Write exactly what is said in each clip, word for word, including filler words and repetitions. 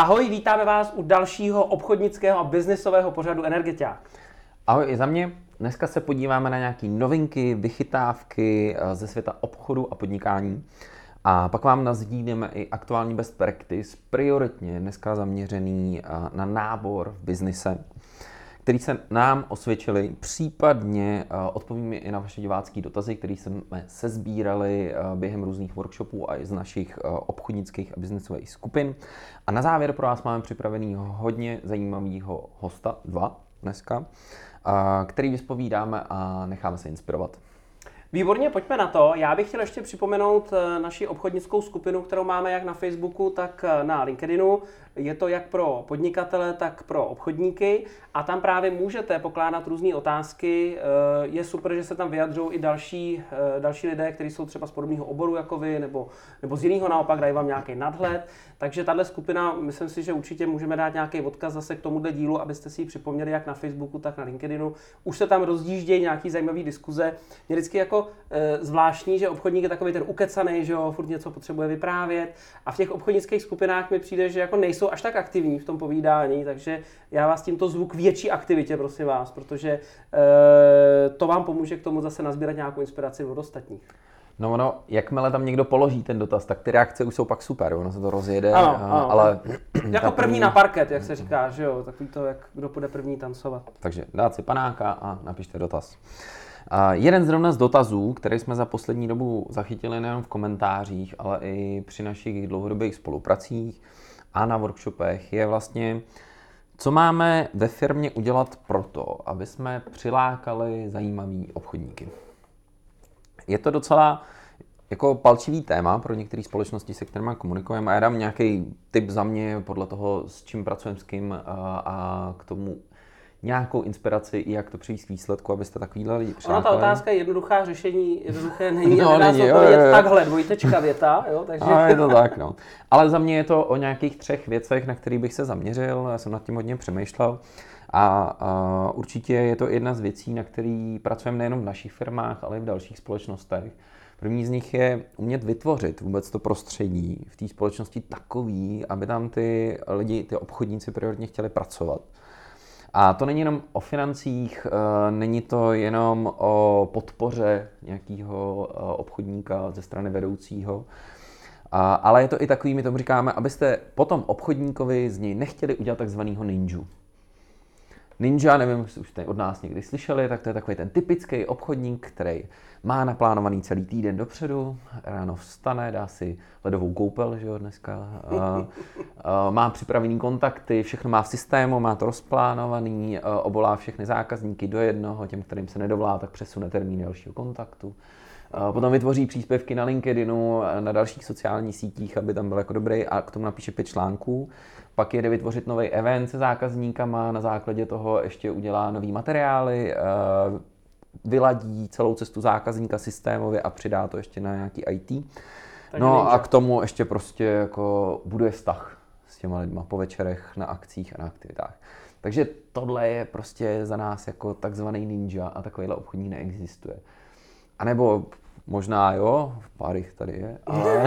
Ahoj, vítáme vás u dalšího obchodnického a biznisového pořadu Energetiák. Ahoj i za mě. Dneska se podíváme na nějaké novinky, vychytávky ze světa obchodu a podnikání. A pak vám nasdílíme i aktuální best practice, prioritně dneska zaměřený na nábor v biznise, který se nám osvědčili, případně odpovíme i na vaše divácké dotazy, které jsme sesbírali během různých workshopů a i z našich obchodnických a biznisových skupin. A na závěr pro vás máme připravený hodně zajímavého hosta, dva dneska, který vyspovídáme a necháme se inspirovat. Výborně, pojďme na to. Já bych chtěl ještě připomenout naši obchodnickou skupinu, kterou máme jak na Facebooku, tak na LinkedInu. Je to jak pro podnikatele, tak pro obchodníky a tam právě můžete pokládat různé otázky. Je super, že se tam vyjadřují i další, další lidé, kteří jsou třeba z podobného oboru jako vy, nebo, nebo z jiného naopak, dají vám nějaký nadhled. Takže tahle skupina, myslím si, že určitě můžeme dát nějaký odkaz zase k tomuhle dílu, abyste si ji připomněli jak na Facebooku, tak na LinkedInu. Už se tam rozdíždějí nějaký zajímavý diskuze. Mě vždycky jako e, zvláštní, že obchodník je takový ten ukecanej, že jo, furt něco potřebuje vyprávět. A v těch obchodnických skupinách mi přijde, že jako nejsou až tak aktivní v tom povídání, takže já vás tímto zvu k větší aktivitě, prosím vás, protože e, to vám pomůže k tomu zase nazbírat nějakou inspiraci od ostatních. No ono, jakmile tam někdo položí ten dotaz, tak ty reakce už jsou pak super, ono se to rozjede, ano, ano, ale... Jako první na parket, jak se říká, že jo, takový to, jak kdo půjde první tancovat. Takže dát si panáka a napište dotaz. Uh, jeden zrovna z dotazů, který jsme za poslední dobu zachytili nejen v komentářích, ale i při našich dlouhodobých spolupracích a na workshopech, je vlastně, co máme ve firmě udělat proto, aby jsme přilákali zajímavý obchodníky. Je to docela jako palčivý téma pro některé společnosti, se kterými komunikujeme, a já dám nějaký tip za mě podle toho, s čím pracujeme, s kým, a, a k tomu nějakou inspiraci, i jak to přijít k výsledku, abyste takovýhle lidi přilákali. Ona ta otázka je jednoduchá, řešení jednoduché není, no, a nedá není, se jo, odpovědět jo, jo. takhle, dvojtečka věta, jo, takže... A je to tak, no. Ale za mě je to o nějakých třech věcech, na kterých bych se zaměřil, já jsem nad tím hodně přemýšlel a, a určitě je to jedna z věcí, na který pracujeme nejenom v našich firmách, ale i v dalších společnostech. První z nich je umět vytvořit vůbec to prostředí v té společnosti takový, aby tam ty lidi, ty obchodníci prioritně chtěli pracovat. A to není jenom o financích, není to jenom o podpoře nějakého obchodníka ze strany vedoucího, ale je to i takový, my tomu říkáme, abyste potom obchodníkovi z něj nechtěli udělat takzvanýho ninju. Ninja, nevím, jestli už jste od nás někdy slyšeli, tak to je takový ten typický obchodník, který má naplánovaný celý týden dopředu, ráno vstane, dá si ledovou koupel, že jo, dneska, a, a, má připravený kontakty, všechno má v systému, má to rozplánovaný, a, obolá všechny zákazníky do jednoho, těm, kterým se nedovolá, tak přesune termín dalšího kontaktu. A potom vytvoří příspěvky na LinkedInu, na dalších sociálních sítích, aby tam byl jako dobrý, a k tomu napíše pět článků. Pak jede vytvořit nový event se zákazníkama, na základě toho ještě udělá nový materiály, vyladí celou cestu zákazníka systémově a přidá to ještě na nějaký í té. No a k tomu ještě prostě jako buduje vztah s těma lidma po večerech, na akcích a na aktivitách. Takže tohle je prostě za nás jako takzvaný ninja a takovýhle obchodní neexistuje. A nebo možná jo, pár jich tady je, ale...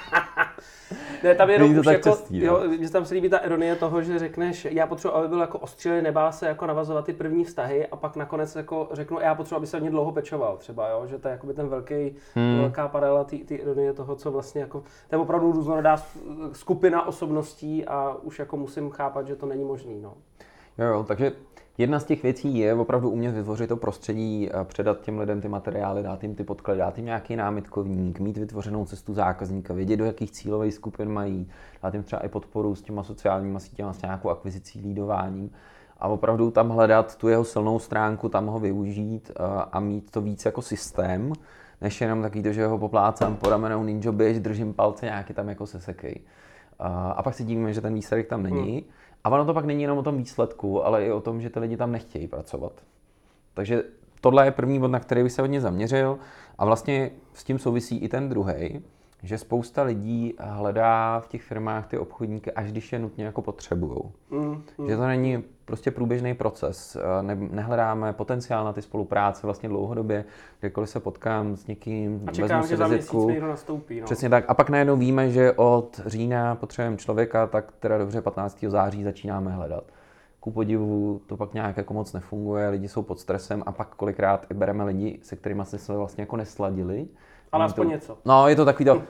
Ne, tam jenom už jako, častý, jo, že tam se líbí ta ironie toho, že řekneš, já potřebuji, aby byl jako ostřílený, nebál se jako navazovat ty první vztahy a pak nakonec jako řeknu, já potřebuji, aby se hodně dlouho pečoval třeba, jo, že to je jakoby ten velký, hmm. velká paralela ty ironie toho, co vlastně jako, to je opravdu různorodá skupina osobností a už jako musím chápat, že to není možný, no. Jo, jo, takže jedna z těch věcí je opravdu umět vytvořit to prostředí, předat těm lidem ty materiály, dát jim ty podklady, dát jim nějaký námitkovník, mít vytvořenou cestu zákazníka, vědět, do jakých cílových skupin mají, dát jim třeba i podporu s těma sociálníma sítěma, s nějakou akvizicí, lídováním a opravdu tam hledat tu jeho silnou stránku, tam ho využít a mít to víc jako systém, než jenom takový to, že ho poplácám po ramenou ninja běž, držím palce, nějaký tam jako sesekej. A pak si dívíme, že ten výsledek tam není. Hmm. A ono to pak není jenom o tom výsledku, ale i o tom, že ty lidi tam nechtějí pracovat. Takže tohle je první bod, na který bych se hodně zaměřil. A vlastně s tím souvisí i ten druhý, že spousta lidí hledá v těch firmách ty obchodníky, až když je nutně jako potřebujou. Mm, mm. Že to není prostě průběžný proces. Ne, nehledáme potenciál na ty spolupráce vlastně dlouhodobě, kdykoliv se potkám s někým, a čekám, že za měsíc někdo nastoupí. No. Přesně tak. A pak najednou víme, že od října potřebujeme člověka, tak teda dobře patnáctého září začínáme hledat. Ku podivu to pak nějak jako moc nefunguje, lidi jsou pod stresem a pak kolikrát i bereme lidi, se kterými jsme se vlastně jako nesladili. Ale aspoň to, něco. No, je to takový to...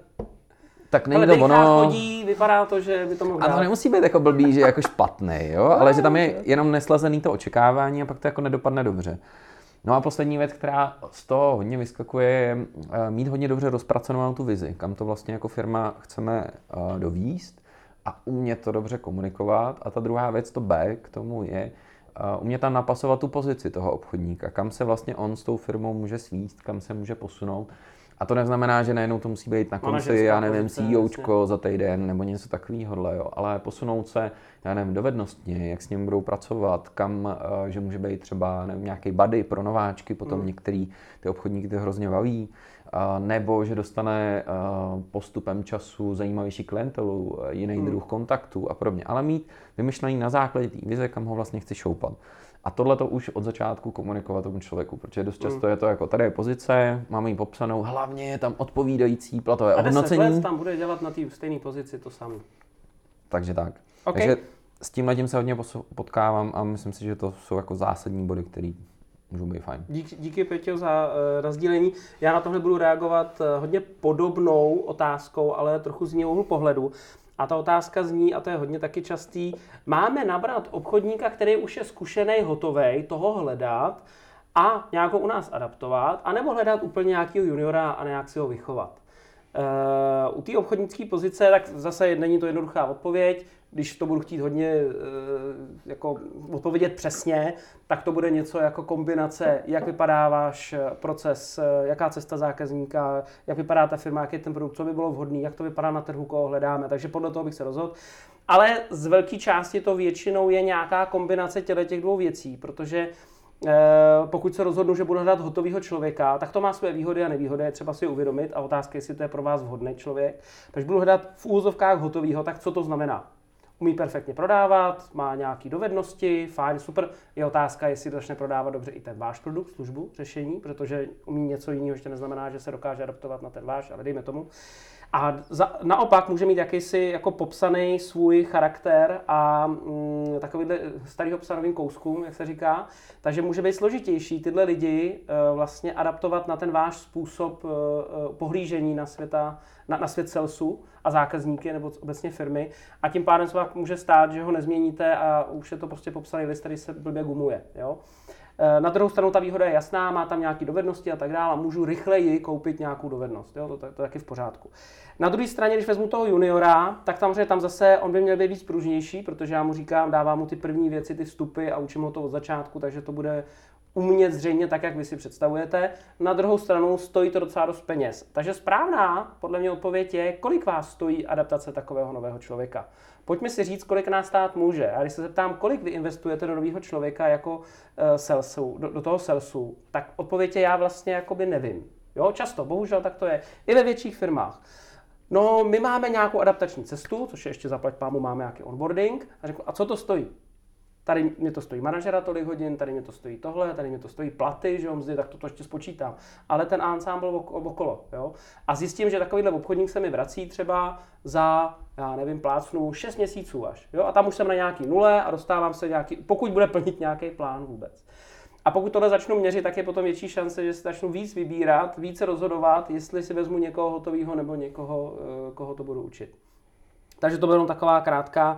Tak není ale to ono. Chodí, vypadá to, že by to mohlo. A to nemusí být jako blbý, že je jako špatný, jo? Ale no, že tam je jenom neslazený to očekávání a pak to jako nedopadne dobře. No a poslední věc, která z toho hodně vyskakuje, je mít hodně dobře rozpracovanou tu vizi, kam to vlastně jako firma chceme dovíst a umět to dobře komunikovat. A ta druhá věc, to B, k tomu je umět tam napasovat tu pozici toho obchodníka, kam se vlastně on s tou firmou může svíst, kam se může posunout. A to neznamená, že najednou to musí být na konci, já nevím, CEOčko za týden nebo něco takového, jo, ale posunout se, já nevím, dovednostně, jak s ním budou pracovat, kam, že může být třeba nevím, nějaký buddy pro nováčky, potom hmm. některý ty obchodníky to hrozně baví, nebo že dostane postupem času zajímavější klientelu, jiný hmm. druh kontaktů a podobně, ale mít vymyšlený na základě té vize, kam ho vlastně chci šoupat. A tohle to už od začátku komunikovat tomu člověku, protože dost často mm. je to jako, tady je pozice, máme ji popsanou, hlavně je tam odpovídající platové hodnocení. A deset let tam bude dělat na té stejné pozici to samé. Takže tak. Okay. Takže s tímhletím se hodně potkávám a myslím si, že to jsou jako zásadní body, které můžou být fajn. Díky, díky Peťo za uh, nasdílení. Já na tohle budu reagovat uh, hodně podobnou otázkou, ale trochu z jiného úhlu pohledu. A ta otázka zní, a to je hodně taky častý, máme nabrat obchodníka, který už je zkušený, hotovej, toho hledat a nějakou u nás adaptovat, anebo hledat úplně nějakého juniora a nějak si ho vychovat. Uh, u té obchodnické pozice, tak zase není to jednoduchá odpověď. Když to budu chtít hodně uh, jako odpovědět přesně, tak to bude něco jako kombinace, jak vypadá váš proces, jaká cesta zákazníka, jak vypadá ta firma, jaký je ten produkt, co by bylo vhodné, jak to vypadá na trhu, koho hledáme. Takže podle toho bych se rozhodl. Ale z velké části to většinou je nějaká kombinace těch dvou věcí, protože pokud se rozhodnu, že budu hledat hotového člověka, tak to má své výhody a nevýhody, je třeba si uvědomit a otázka, jestli to je pro vás vhodný člověk. Takže budu hledat v úvozovkách hotového, tak co to znamená? Umí perfektně prodávat, má nějaké dovednosti, fajn, super. Je otázka, jestli začne prodávat dobře i ten váš produkt, službu, řešení, protože umí něco jiného, ještě neznamená, že se dokáže adaptovat na ten váš, ale dejme tomu. A za, naopak může mít jakýsi jako popsaný svůj charakter a mm, takovýhle starýho psa novým kouskům, jak se říká. Takže může být složitější tyhle lidi uh, vlastně adaptovat na ten váš způsob uh, pohlížení na, světa, na, na svět salesu a zákazníky nebo obecně firmy. A tím pádem se vám může stát, že ho nezměníte a už je to prostě popsaný list, který se blbě gumuje. Jo? Na druhou stranu ta výhoda je jasná, má tam nějaké dovednosti a tak dále a můžu rychleji koupit nějakou dovednost. Jo? To, to, to je taky v pořádku. Na druhé straně, když vezmu toho juniora, tak samozřejmě tam zase on by měl být víc pružnější, protože já mu říkám, dávám mu ty první věci, ty vstupy a učím ho to od začátku, takže to bude umět zřejmě tak, jak vy si představujete. Na druhou stranu stojí to docela dost peněz. Takže správná, podle mě odpověď je, kolik vás stojí adaptace takového nového člověka. Pojďme si říct, kolik nás stát může. A když se zeptám, kolik vy investujete do nového člověka jako uh, salesu, do, do toho salesu, tak odpověď je, já vlastně jakoby nevím. Jo, často, bohužel tak to je. I ve větších firmách. No, my máme nějakou adaptační cestu, což je ještě zaplať pámu, máme nějaký onboarding. A řeknu, a co to stojí? Tady mě to stojí manažera tolik hodin, tady mě to stojí tohle, tady mě to stojí platy, že jo, mzdy, tak to, to ještě spočítám. Ale ten ensemble okolo, jo. A zjistím, že takovýhle obchodník se mi vrací třeba za, já nevím, plácnu šest měsíců až, jo. A tam už jsem na nějaký nule a dostávám se nějaký, pokud bude plnit nějaký plán vůbec. A pokud tohle začnu měřit, tak je potom větší šance, že si začnu víc vybírat, více rozhodovat, jestli si vezmu někoho hotového nebo někoho, koho to budu učit. Takže to byla jenom taková krátká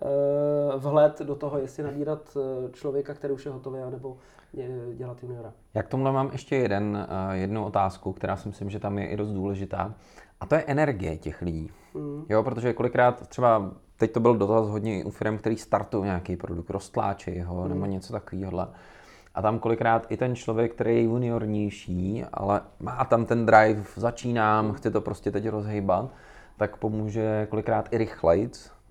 vhled do toho, jestli nabírat člověka, který už je hotový, nebo dělat juniora. Já k tomuhle mám ještě jeden, jednu otázku, která si myslím, že tam je i dost důležitá. A to je energie těch lidí. Mm. Jo, protože kolikrát třeba, teď to byl dotaz hodně u firm, který startují nějaký produkt, roztláčejí ho, mm. nebo něco takového. A tam kolikrát i ten člověk, který je juniornější, ale má tam ten drive, začínám, chci to prostě teď rozhejbat, tak pomůže kolikrát i rychlejc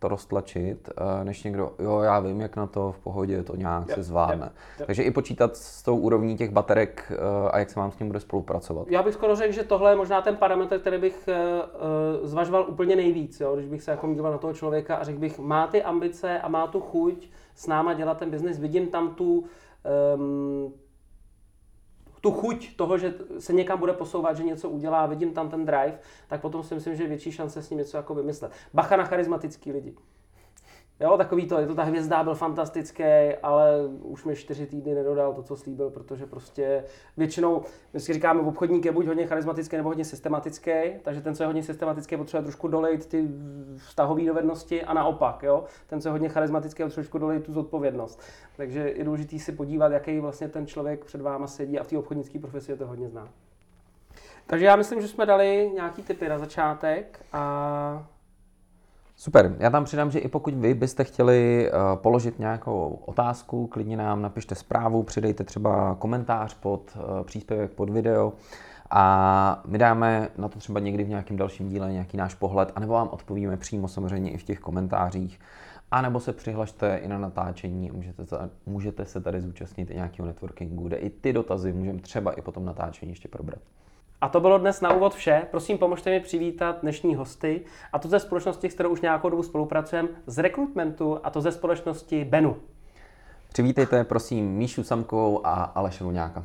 to roztlačit, než někdo, jo, já vím, jak na to, v pohodě, to nějak Jo, se zvládne. jo, jo. Takže i počítat s tou úrovní těch baterek a jak se vám s tím bude spolupracovat. Já bych skoro řekl, že tohle je možná ten parametr, který bych uh, zvažoval úplně nejvíc, jo? Když bych se jako díval na toho člověka a řekl bych, má ty ambice a má tu chuť s náma dělat ten biznis, vidím tam tu, um, tu chuť toho, že se někam bude posouvat, že něco udělá, vidím tam ten drive, tak potom si myslím, že je větší šance s ním něco jako vymyslet. Bacha na charismatický lidi. Jo, takový to, je to ta hvězda, byl fantastický, ale už mi čtyři týdny nedodal to, co slíbil, protože prostě většinou, my si říkáme, obchodník je buď hodně charismatický nebo hodně systematický, takže ten, co je hodně systematický, potřebuje trošku dolejt ty vztahové dovednosti a naopak, jo, ten, co je hodně charismatický, potřebuje trošku dolejt tu zodpovědnost. Takže je důležité si podívat, jaký vlastně ten člověk před váma sedí a v té obchodnické profesi je to hodně zná. Takže já myslím, že jsme dali nějaký tipy na začátek a Super, já tam přidám, že i pokud vy byste chtěli uh, položit nějakou otázku, klidně nám napište zprávu, přidejte třeba komentář pod uh, příspěvek pod video a my dáme na to třeba někdy v nějakém dalším díle nějaký náš pohled, anebo vám odpovíme přímo samozřejmě i v těch komentářích, anebo se přihlašte i na natáčení, můžete, můžete se tady zúčastnit i nějakého networkingu, kde i ty dotazy můžeme třeba i po tom natáčení ještě probrat. A to bylo dnes na úvod vše. Prosím, pomožte mi přivítat dnešní hosty, a to ze společnosti, s kterou už nějakou dobu spolupracujeme, z Recruitmentu, a to ze společnosti Benu. Přivítejte prosím Míšu Samkovou a Aleše Luňáka.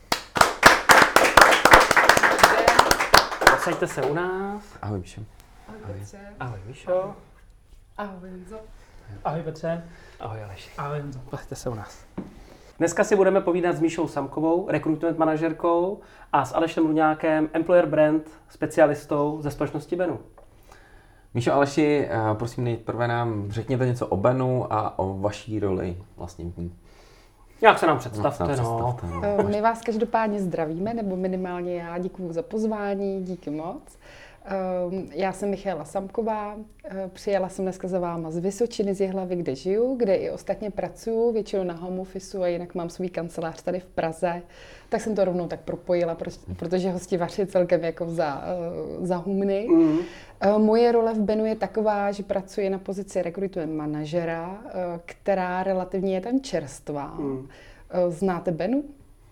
Posaďte se u nás. Ahoj Míšo. Ahoj Petře. Ahoj Míšo. Ahoj Honzo. Ahoj Petře. Ahoj Aleši. Ahoj Honzo. Posaďte se u nás. Dneska si budeme povídat s Míšou Samkovou, recruitment manažerkou, a s Alešem Luňákem, employer brand specialistou ze společnosti Benu. Míšo, Aleši, prosím nejprve nám řekněte něco o Benu a o vaší roli vlastně v ní. Jak se nám představte, Jak se nám no. představte, no. My vás každopádně zdravíme, nebo minimálně já. Děkuju za pozvání, díky moc. Já jsem Michaela Samková, přijela jsem dneska za váma z Vysočiny, z Jihlavy, kde žiju, kde i ostatně pracuju, většinou na home officeu, a jinak mám svůj kancelář tady v Praze, tak jsem to rovnou tak propojila, protože hostivař je celkem jako za, za humny. Mm. Moje role v Benu je taková, že pracuji na pozici recruitment manažera, která relativně je tam čerstvá. Mm. Znáte Benu?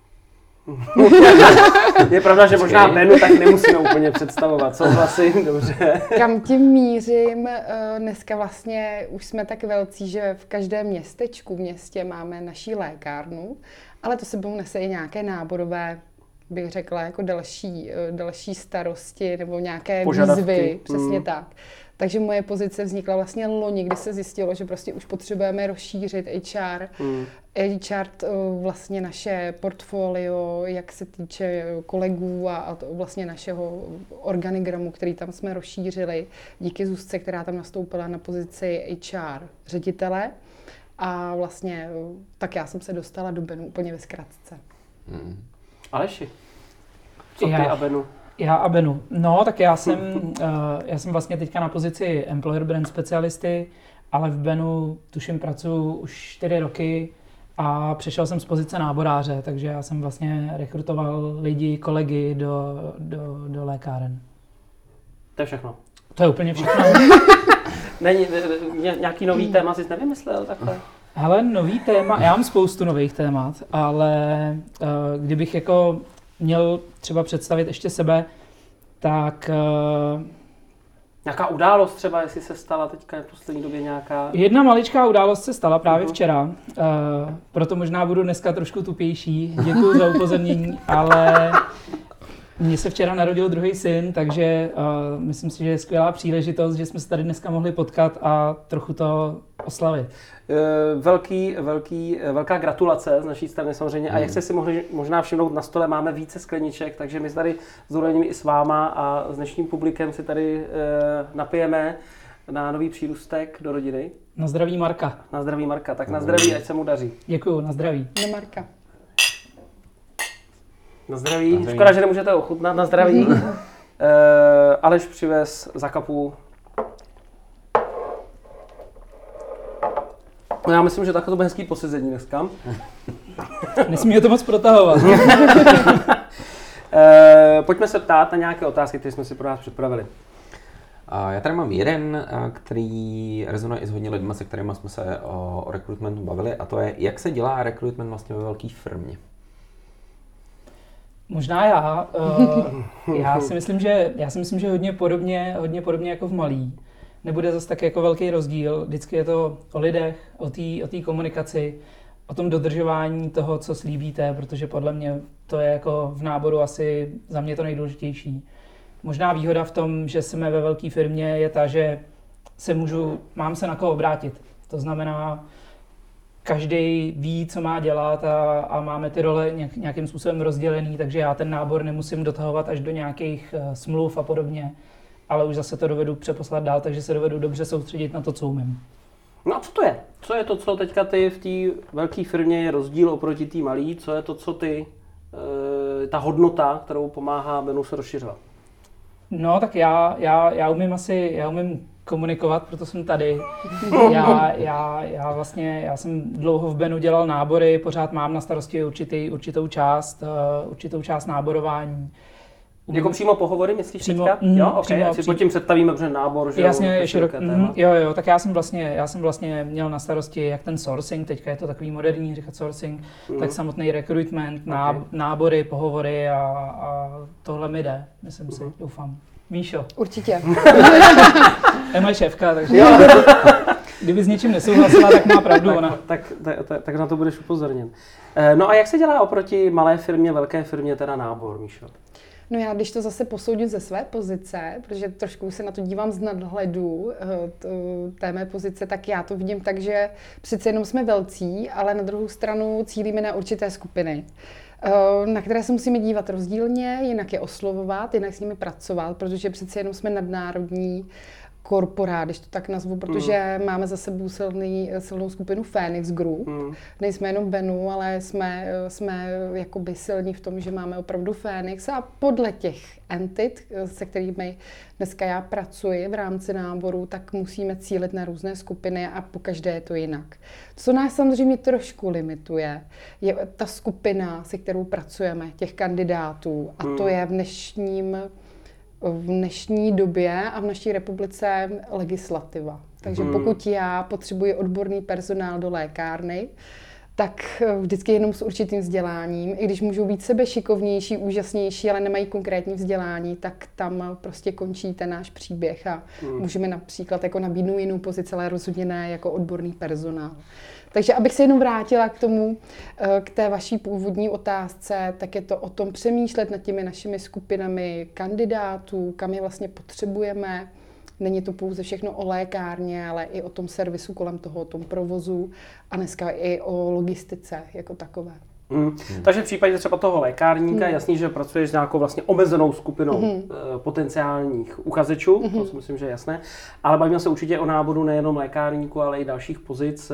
Je pravda, že možná Benu tak nemusíme úplně představovat, souhlasím, dobře. Kam tím mířím? Dneska vlastně už jsme tak velcí, že v každém městečku, v městě máme naší lékárnu, ale to sebou nese i nějaké náborové, bych řekla, jako další, další starosti nebo nějaké požadavky. Výzvy, přesně mm. tak. Takže moje pozice vznikla vlastně loni, kdy se zjistilo, že prostě už potřebujeme rozšířit H R. Mm. H R vlastně naše portfolio, jak se týče kolegů a, a to vlastně našeho organigramu, který tam jsme rozšířili díky Zuzce, která tam nastoupila na pozici H R ředitele. A vlastně tak já jsem se dostala do Benu úplně ve zkratce. Mm. Aleši, co ty já, a Benu? Já a Benu. No, tak já jsem, uh, já jsem vlastně teďka na pozici employer brand specialisty, ale v Benu tuším pracuji už čtyři roky a přešel jsem z pozice náboráře, takže já jsem vlastně rekrutoval lidi, kolegy do, do, do lékáren. To je všechno. To je úplně všechno. Není, nějaký nový téma jsi nevymyslel takhle? Hele, nový téma, já mám spoustu nových témat, ale uh, kdybych jako měl třeba představit ještě sebe, tak... Uh, Nějaká událost třeba, jestli se stala teďka v poslední době nějaká? Jedna maličká událost se stala právě uh-huh. včera, uh, proto možná budu dneska trošku tupější, děkuju za upozornění, ale mně se včera narodil druhý syn, takže uh, myslím si, že je skvělá příležitost, že jsme se tady dneska mohli potkat a trochu to oslavit. Velký, velký, velká gratulace z naší strany samozřejmě. Mm. A jak jste si mohli možná všimnout, na stole máme více skleniček, takže my tady s dovolením i s váma a s dnešním publikem si tady eh, napijeme na nový přírůstek do rodiny. Na zdraví Marka. Na zdraví Marka, tak na zdraví, ať se mu daří. Děkuju, na zdraví. Na Marka. Na zdraví. Na zdraví. Škoda, že nemůžete ochutnat. Na zdraví. eh, Aleš přivez za kapu. No já myslím, že takhle to bude hezký posezení dneska. Nesmíme to moc protahovat. e, pojďme se ptát na nějaké otázky, které jsme si pro vás připravili. Já tady mám jeden, který rezonuje i s hodně lidmi, se kterými jsme se o, o rekrutmentu bavili, a to je, jak se dělá rekrutment vlastně ve velké firmě. Možná já. Uh, já si myslím, že já si myslím, že hodně podobně, hodně podobně jako v malý. Nebude zase tak jako velký rozdíl. Vždycky je to o lidech, o té o té komunikaci, o tom dodržování toho, co slíbíte, protože podle mě to je jako v náboru asi za mě to nejdůležitější. Možná výhoda v tom, že jsme ve velké firmě, je ta, že se můžu, mám se na koho obrátit. To znamená, každý ví, co má dělat a, a máme ty role nějak, nějakým způsobem rozdělený, takže já ten nábor nemusím dotahovat až do nějakých uh, smluv a podobně, ale už zase to dovedu přeposlat dál, takže se dovedu dobře soustředit na to, co umím. No a co to je? Co je to, co teďka ty v té velké firmě je rozdíl oproti té malé? Co je to, co ty, e, ta hodnota, kterou pomáhá Benu se rozšiřovat? No, tak já, já, já umím asi, já umím komunikovat, proto jsem tady. Já, já, já vlastně, já jsem dlouho v Benu dělal nábory, pořád mám na starosti určitý, určitou část, uh, určitou část náborování. Um, jako přímo pohovory, myslíš přímo, teďka? Mm, jo, ok, přímo, si pod tím představíme, protože nábor, že jasně, jo, je širok, mm, jo, jo, tak já jsem vlastně, já jsem vlastně měl na starosti jak ten sourcing, teďka je to takový moderní říkat sourcing, mm. tak samotný recruitment, ná, okay. nábory, pohovory a, a tohle mi jde, myslím mm. si, doufám. Míšo. Určitě. Je moje šéfka, takže kdyby s něčím nesouhlasila, tak má pravdu ona. Tak, tak, tak, tak na to budeš upozorněn. No a jak se dělá oproti malé firmě, velké firmě teda nábor, Míšo? No já, když to zase posoudím ze své pozice, protože trošku se na to dívám z nadhledu té mé pozice, tak já to vidím tak, že přece jenom jsme velcí, ale na druhou stranu cílíme na určité skupiny, na které se musíme dívat rozdílně, jinak je oslovovat, jinak s nimi pracovat, protože přece jenom jsme nadnárodní korporát, když to tak nazvu, protože mm. máme za sebou silný, silnou skupinu Phoenix Group. Mm. Nejsme jenom Benu, ale jsme, jsme jakoby silní v tom, že máme opravdu Phoenix a podle těch entit, se kterými dneska já pracuji v rámci náboru, tak musíme cílit na různé skupiny a po každé je to jinak. Co nás samozřejmě trošku limituje, je ta skupina, se kterou pracujeme, těch kandidátů, a to je v dnešním v dnešní době a v naší republice legislativa. Takže hmm. pokud já potřebuji odborný personál do lékárny, tak vždycky jenom s určitým vzděláním, i když můžou být sebešikovnější, úžasnější, ale nemají konkrétní vzdělání, tak tam prostě končí ten náš příběh a hmm. můžeme například jako nabídnout jinou pozici, ale rozhodně ne jako odborný personál. Takže abych se jenom vrátila k tomu, k té vaší původní otázce, tak je to o tom přemýšlet nad těmi našimi skupinami kandidátů, kam je vlastně potřebujeme. Není to pouze všechno o lékárně, ale i o tom servisu kolem toho, o tom provozu a dneska i o logistice jako takové. Mm. Mm. Takže v případě třeba toho lékárníka mm. jasný, že pracuješ s nějakou vlastně omezenou skupinou mm. potenciálních uchazečů, mm. to si myslím, že je jasné, ale bavíme se určitě o náboru nejenom lékárníků, ale i dalších pozic.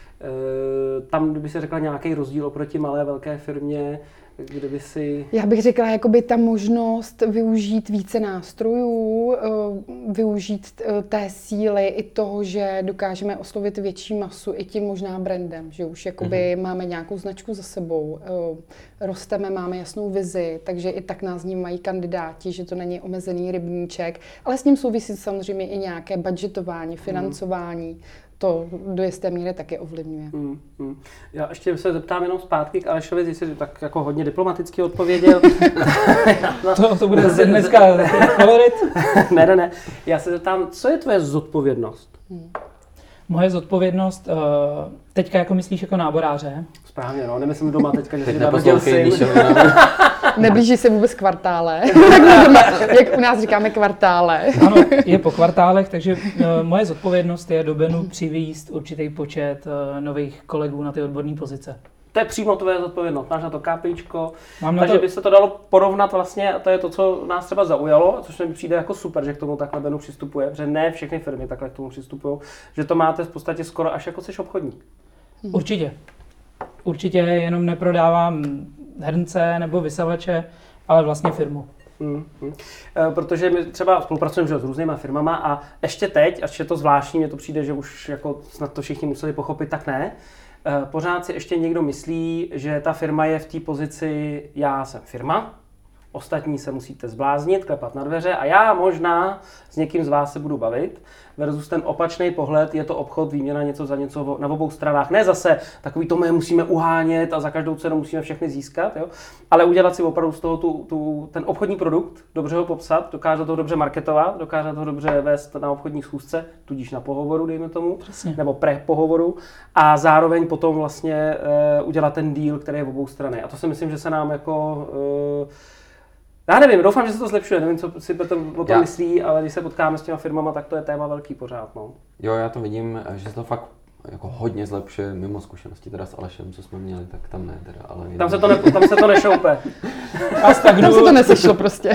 Tam, kdyby se řekla nějaký rozdíl oproti malé, velké firmě, kdyby si... Já bych řekla, jakoby ta možnost využít více nástrojů, využít té síly i toho, že dokážeme oslovit větší masu i tím možná brandem, že už jakoby mm-hmm. máme nějakou značku za sebou, rosteme, máme jasnou vizi, takže i tak nás vnímají kandidáti, že to není omezený rybníček, ale s ním souvisí samozřejmě i nějaké budgetování, financování, mm. to do jisté míry taky ovlivňuje. Mm, mm. Já ještě se zeptám jenom zpátky k Alešovi, jestli tak jako hodně diplomaticky odpověděl. to, to bude zase dneska hovorit? ne, ne, ne. Já se zeptám, co je tvoje zodpovědnost? Hmm. Moje zodpovědnost, uh, teďka jako myslíš jako náboráře? Správně, no, nemyslím doma teďka, že si narodil syn. Neblíží se vůbec kvartále, jak u nás říkáme kvartále. Ano, je po kvartálech, takže uh, moje zodpovědnost je do Benu přivízt určitý počet uh, nových kolegů na ty odborné pozice. To je přímo tvoje zodpovědnost, máš na to KPIčko, Mám takže to... by se to dalo porovnat vlastně, a to je to, co nás třeba zaujalo, což mi přijde jako super, že k tomu takhle Benu přistupuje, protože ne všechny firmy takhle k tomu přistupují, že to máte v podstatě skoro až jako seš obchodník. Určitě. Určitě jenom neprodávám hrnce nebo vysavače, ale vlastně firmu. Hmm, hmm. E, protože my třeba spolupracujeme že, s různýma firmama a ještě teď, až je to zvláštní, mně to přijde, že už jako snad to všichni museli pochopit, tak ne. E, pořád si ještě někdo myslí, že ta firma je v té pozici, já jsem firma Ostatní se musíte zbláznit, klepat na dveře a já možná s někým z vás se budu bavit. Versus ten opačný pohled, je to obchod, výměna něco za něco na obou stranách. Ne zase takový to my musíme uhánět a za každou cenu musíme všechny získat, jo? Ale udělat si opravdu z toho tu, tu, ten obchodní produkt, dobře ho popsat, dokázat ho dobře marketovat, dokázat ho dobře vést na obchodní schůzce, tudíž na pohovoru, dejme tomu, Přesně. nebo pre-pohovoru a zároveň potom vlastně uh, udělat ten deal, který je v obou strany. A to si myslím, že se nám jako... Uh, Já nevím, doufám, že se to zlepšuje, nevím, co si o tom myslí, ale když se potkáme s těma firmama, tak to je téma velký pořád. No. Jo, já to vidím, že se to fakt jako hodně zlepšuje mimo zkušenosti teda s Alešem, co jsme měli, tak tam ne teda, ale... Tam se to, ne, tam se to nešoupe. A tam se to nesešlo prostě.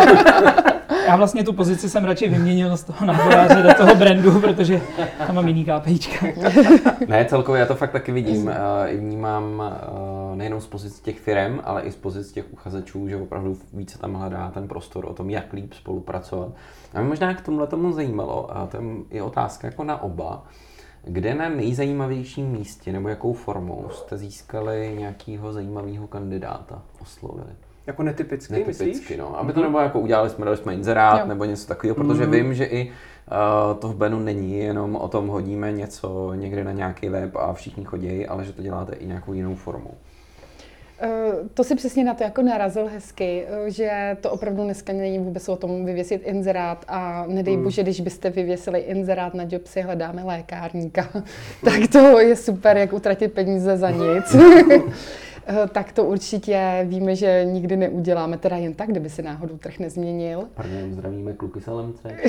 Já vlastně tu pozici jsem radši vyměnil z toho náboráře do toho brandu, protože tam mám jiný kápejčka. Ne, celkově já to fakt taky vidím. I vnímám nejenom z pozice těch firem, ale i z pozice těch uchazečů, že opravdu více tam hledá ten prostor o tom, jak líp spolupracovat. A mě možná k tomuhle tomu zajímalo, a to je otázka jako na oba, kde na nejzajímavějším místě nebo jakou formou jste získali nějakého zajímavého kandidáta, oslovili? Jako netypicky, Netypicky, myslíš? no. Aby to nebylo jako udělali jsme, dali jsme inzerát Jo. nebo něco takového, protože mm. vím, že i uh, to v Benu není jenom o tom hodíme něco někde na nějaký web a všichni chodí, ale že to děláte i nějakou jinou formou. To si přesně na to jako narazil hezky, že to opravdu dneska není vůbec o tom vyvěsit inzerát a nedej hmm. bože, když byste vyvěsili inzerát na Jobsi, hledáme lékárníka, tak to je super, jak utratit peníze za nic. Tak to určitě víme, že nikdy neuděláme, teda jen tak, kdyby se náhodou trh nezměnil. Pardon, zdravíme kluky z L M C.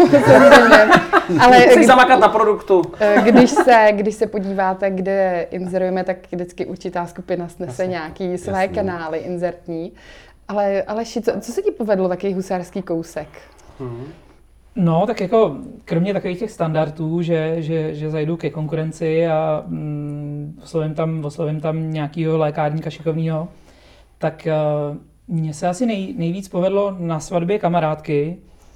Ale chci zamakat na produktu. Když se, když se podíváte, kde inzerujeme, tak vždycky určitá skupina snese jasně, nějaký své jasně. kanály inzertní. Ale Aleši, co, co se ti povedlo, takový husárský kousek? Hmm. No, tak jako kromě takových těch standardů, že, že, že zajdu ke konkurenci a mm, oslovím tam, oslovím tam nějakého lékárníka šikovného, tak uh, mně se asi nej, nejvíc povedlo na svatbě kamarádky,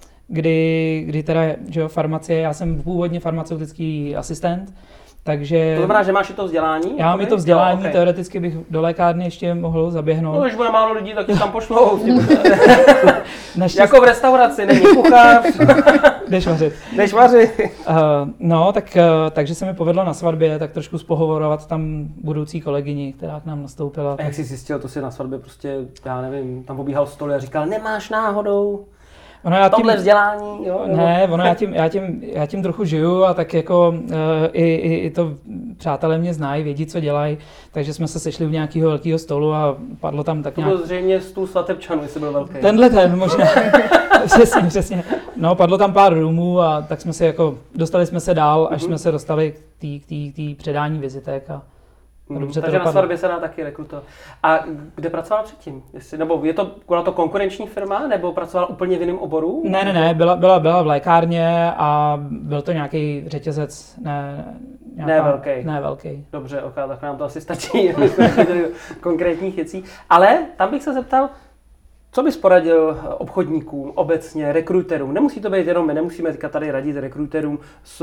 kdy, kdy teda, že jo, farmacie, já jsem původně farmaceutický asistent, takže... To znamená, že máš i to vzdělání? Já mám i to vzdělání, no, okay. Teoreticky bych do lékárny ještě mohl zaběhnout. No, když bude málo lidí, tak ti tam pošlou. Naštěstí... Jako v restauraci, není kuchař. Jdeš vařit. Jdeš vařit. Uh, no, tak, uh, takže se mi povedlo na svatbě tak trošku spohovorovat tam budoucí kolegyni, která k nám nastoupila. A jak jsi zjistil, to si na svatbě prostě, já nevím, tam obíhal stoli a říkal, nemáš náhodou ono já tím, tohle vzdělání, jo? Ne, ono já tím, já, tím, já tím trochu žiju a tak jako uh, i, i, i to přátelé mě znají, vědí, co dělají, takže jsme se sešli u nějakého velkého stolu a padlo tam tak to nějak... To byl zřejmě stůl svatebčanů, jestli byl velký. Tenhle ten možná, přesně, přesně. No, padlo tam pár roomů a tak jsme se jako, dostali jsme se dál, až mm-hmm. jsme se dostali k té předání vizitek a Hmm, takže to na svatbě se dá taky rekrutovat. A kde pracoval předtím? Jestli, nebo je to, byla to konkurenční firma, nebo pracoval úplně v jiném oboru? Ne, ne, ne, byla, byla, byla v lékárně a byl to nějaký řetězec, ne, nějaká, ne velký. Ne velký. Dobře, ok, tak nám to asi stačí, konkrétních věcí. Ale tam bych se zeptal, co bys poradil obchodníkům, obecně, rekruterům? Nemusí to být jenom my, nemusíme tady radit rekruterům z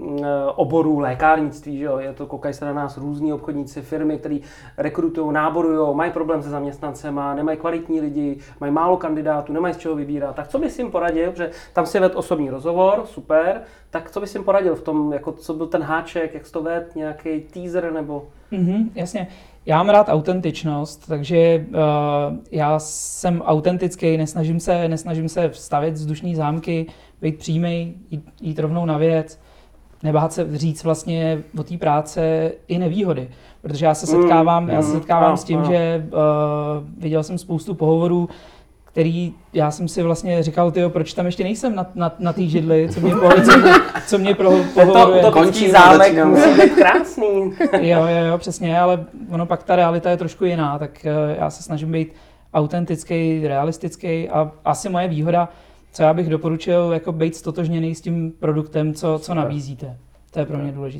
oboru lékárnictví, že jo? Je to, koukají se na nás různí obchodníci, firmy, které rekrutují, náborují, mají problém se zaměstnancema, nemají kvalitní lidi, mají málo kandidátů, nemají z čeho vybírat. Tak co bys jim poradil, že tam si ved osobní rozhovor, super, tak co bys jim poradil v tom, jako co byl ten háček, jak jsi to ved, nějaký teaser nebo... Mhm, jasně. Já mám rád autentičnost, takže uh, já jsem autentický, nesnažím se, nesnažím se stavět vzdušný zámky, být přímý, jít, jít rovnou na věc, nebát se říct vlastně o té práce i nevýhody. Protože já se setkávám, mm, já se setkávám mm, s tím, mm. že uh, viděl jsem spoustu pohovorů, který já jsem si vlastně říkal, tyjo, proč tam ještě nejsem na, na, na té židli, co mě, co mě, co mě pro, pohovoruje. To, to končí zámek, musí být krásný. Jo, jo, jo, přesně, ale ono pak ta realita je trošku jiná, tak uh, já se snažím být autentický, realistický a asi moje výhoda, co já bych doporučil, jako být stotožněný s tím produktem, co, co nabízíte. To je pro mě důležitý.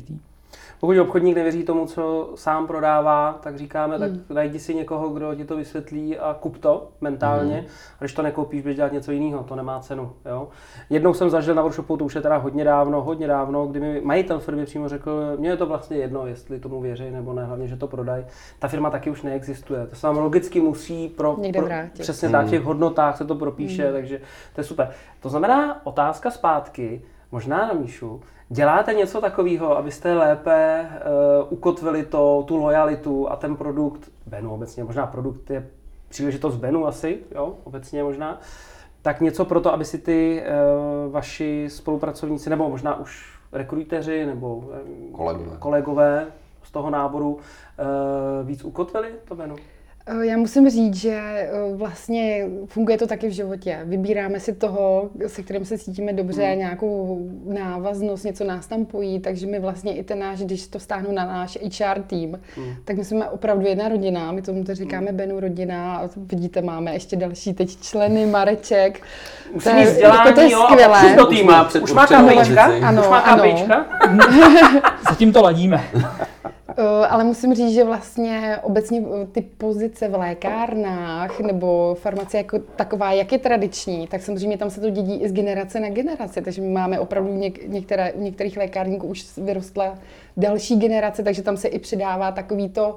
Pokud obchodník nevěří tomu, co sám prodává, tak říkáme, tak najdi si někoho, kdo ti to vysvětlí a kup to mentálně. Mm. A když to nekoupíš, běž dělat něco jiného, to nemá cenu. Jo? Jednou jsem zažil na workshopu, to už je teda hodně dávno, hodně dávno, kdy mi majitel firmy přímo řekl, mně je to vlastně jedno, jestli tomu věří nebo ne, hlavně, že to prodají. Ta firma taky už neexistuje. To se vám logicky musí pro, pro přesně tak, v těch hodnotách se to propíše, mm. takže to je super. To znamená, otázka zpátky, možná na Míšu, děláte něco takového, abyste lépe uh, ukotvili to, tu lojalitu a ten produkt, Benu obecně, možná produkt je příležitost Benu asi, jo, obecně možná, tak něco pro to, aby si ty uh, vaši spolupracovníci, nebo možná už rekruteři, nebo um, kolegové. kolegové z toho náboru uh, víc ukotvili to Benu? Já musím říct, že vlastně funguje to taky v životě. Vybíráme si toho, se kterým se cítíme dobře, mm. nějakou návaznost, něco nás tam pojí, takže my vlastně i ten náš, když to stáhnu na náš há er tým, mm. tak my jsme opravdu jedna rodina, my tomu to říkáme mm. Benu rodina a vidíte, máme ještě další teď členy, Mareček. Musí mít vzdělání, to je jo, skvělé. Do týmu. Už má kápejčka? Ano, Už má kápejčka? Zatím to ladíme. Ale musím říct, že vlastně obecně ty pozice v lékárnách nebo farmacie jako taková, jak je tradiční, tak samozřejmě tam se to dědí i z generace na generaci. Takže my máme opravdu něk- některé, u některých lékárníků už vyrostla další generace, takže tam se i přidává takový to,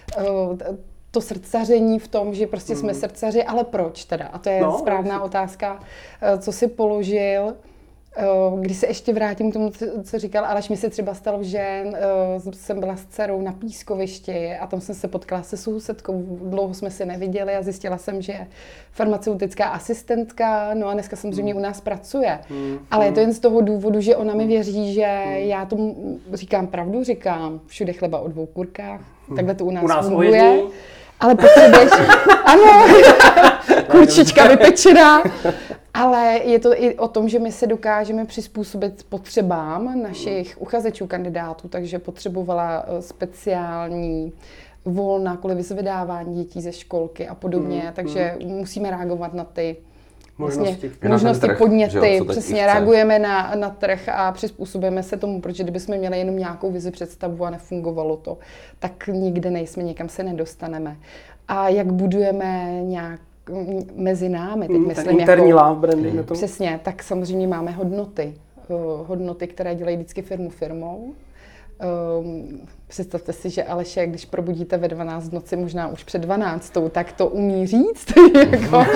to srdcaření v tom, že prostě mm. jsme srdcaři, ale proč teda? A to je no, správná no. otázka, co si položil. Když se ještě vrátím k tomu, co říkal Aleš, mi se třeba stalo, že jsem byla s dcerou na pískovišti a tam jsem se potkala se sousedkou, dlouho jsme se neviděli a zjistila jsem, že je farmaceutická asistentka, no a dneska samozřejmě u nás pracuje. Hmm. Ale je to jen z toho důvodu, že ona mi věří, že já tomu říkám pravdu, říkám všude chleba o dvou kurkách, takhle to u nás, u nás funguje. Ojezdí. Ale potřebuješ, ano, kurčička vypečená, ale je to i o tom, že my se dokážeme přizpůsobit potřebám našich uchazečů, kandidátů, takže potřebovala speciální volna kvůli vyzvedávání dětí ze školky a podobně, mm, takže mm. musíme reagovat na ty možnosti, vlastně, možnosti trh, podněty, přesně reagujeme na, na trh a přizpůsobujeme se tomu, protože kdybychom měli jenom nějakou vizi, představu a nefungovalo to, tak nikde nejsme, někam se nedostaneme. A jak budujeme nějak mezi námi, teď mm, myslím interní jako, love branding, mm. přesně, tak samozřejmě máme hodnoty, uh, hodnoty, které dělají vždycky firmu firmou. Um, představte si, že Aleše, když probudíte ve dvanáct v noci, možná už před dvanáctou, tak to umí říct. jako...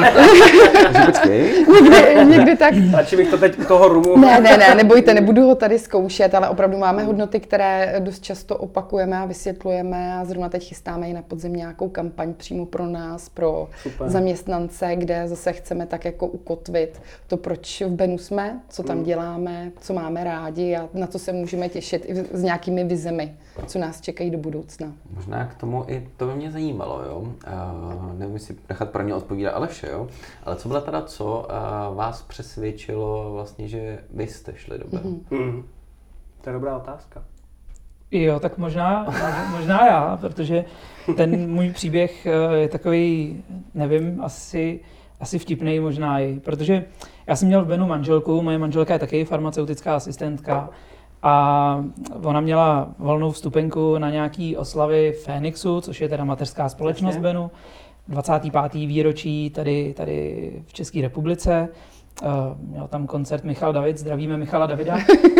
někdy, někdy tak. Radši bych to teď u toho rumu. Ne, ne, ne, nebojte, nebudu ho tady zkoušet, ale opravdu máme hodnoty, které dost často opakujeme a vysvětlujeme a zrovna teď chystáme i na podzim nějakou kampaň přímo pro nás, pro Super. zaměstnance, kde zase chceme tak jako ukotvit to, proč v Benu jsme, co tam děláme, co máme rádi a na co se můžeme těšit i s nějakými vizemi, co nás čekají do budoucna. Možná k tomu i to by mě zajímalo, jo. Uh, nevím, jestli nechat pro mě odpovídat Aleše, jo. Ale co byla teda, co uh, vás přesvědčilo vlastně, že vy jste šli do Benu? Mm-hmm. Mm. To je dobrá otázka. Jo, tak možná, možná já, protože ten můj příběh je takový, nevím, asi, asi vtipnej možná i, protože já jsem měl v Benu manželku, moje manželka je taky farmaceutická asistentka, a ona měla volnou vstupenku na nějaký oslavy Fénixu, což je teda mateřská společnost Benu, dvacátého pátého výročí tady, tady v České republice. Uh, měl tam koncert Michal David, zdravíme Michala Davida.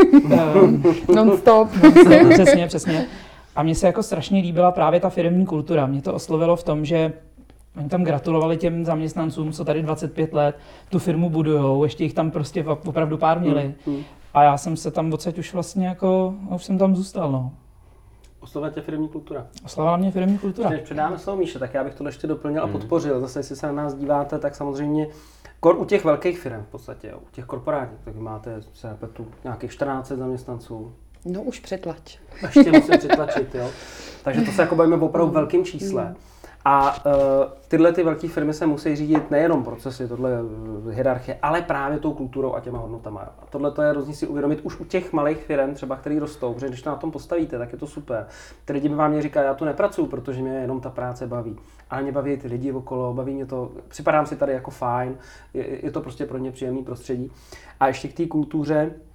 uh, Non-stop. Přesně, přesně. A mně se jako strašně líbila právě ta firemní kultura. Mě to oslovilo v tom, že oni tam gratulovali těm zaměstnancům, co tady dvacet pět let tu firmu budujou, ještě jich tam prostě opravdu pár měli. Mm, mm. A já jsem se tam odsaď už vlastně jako, už jsem tam zůstal, no. Oslovila tě firemní kultura. Oslovila mě firemní kultura. Když předáme slovo Míše, tak já bych to ještě doplnil a podpořil. Zase, jestli se na nás díváte, tak samozřejmě kor u těch velkých firm v podstatě, jo, u těch korporátních, tak máte se nepletu nějakých čtrnáct set zaměstnanců. No už přetlač. Ještě musím přetlačit, jo. Takže to se jako bavíme opravdu v velkém čísle. Mm. A uh, tyhle ty velké firmy se musí řídit nejenom procesy, tohle hierarchie, ale právě tou kulturou a těma hodnotama. A tohle to je hrozně si uvědomit už u těch malých firm, třeba který rostou, protože když to na tom postavíte, tak je to super. Ty lidi by vám mě říkají, já tu nepracuju, protože mě jenom ta práce baví. Ale mě baví ty lidi okolo, baví mě to, připadám si tady jako fajn, je, je to prostě pro mě příjemný prostředí. A ještě k té kultuře,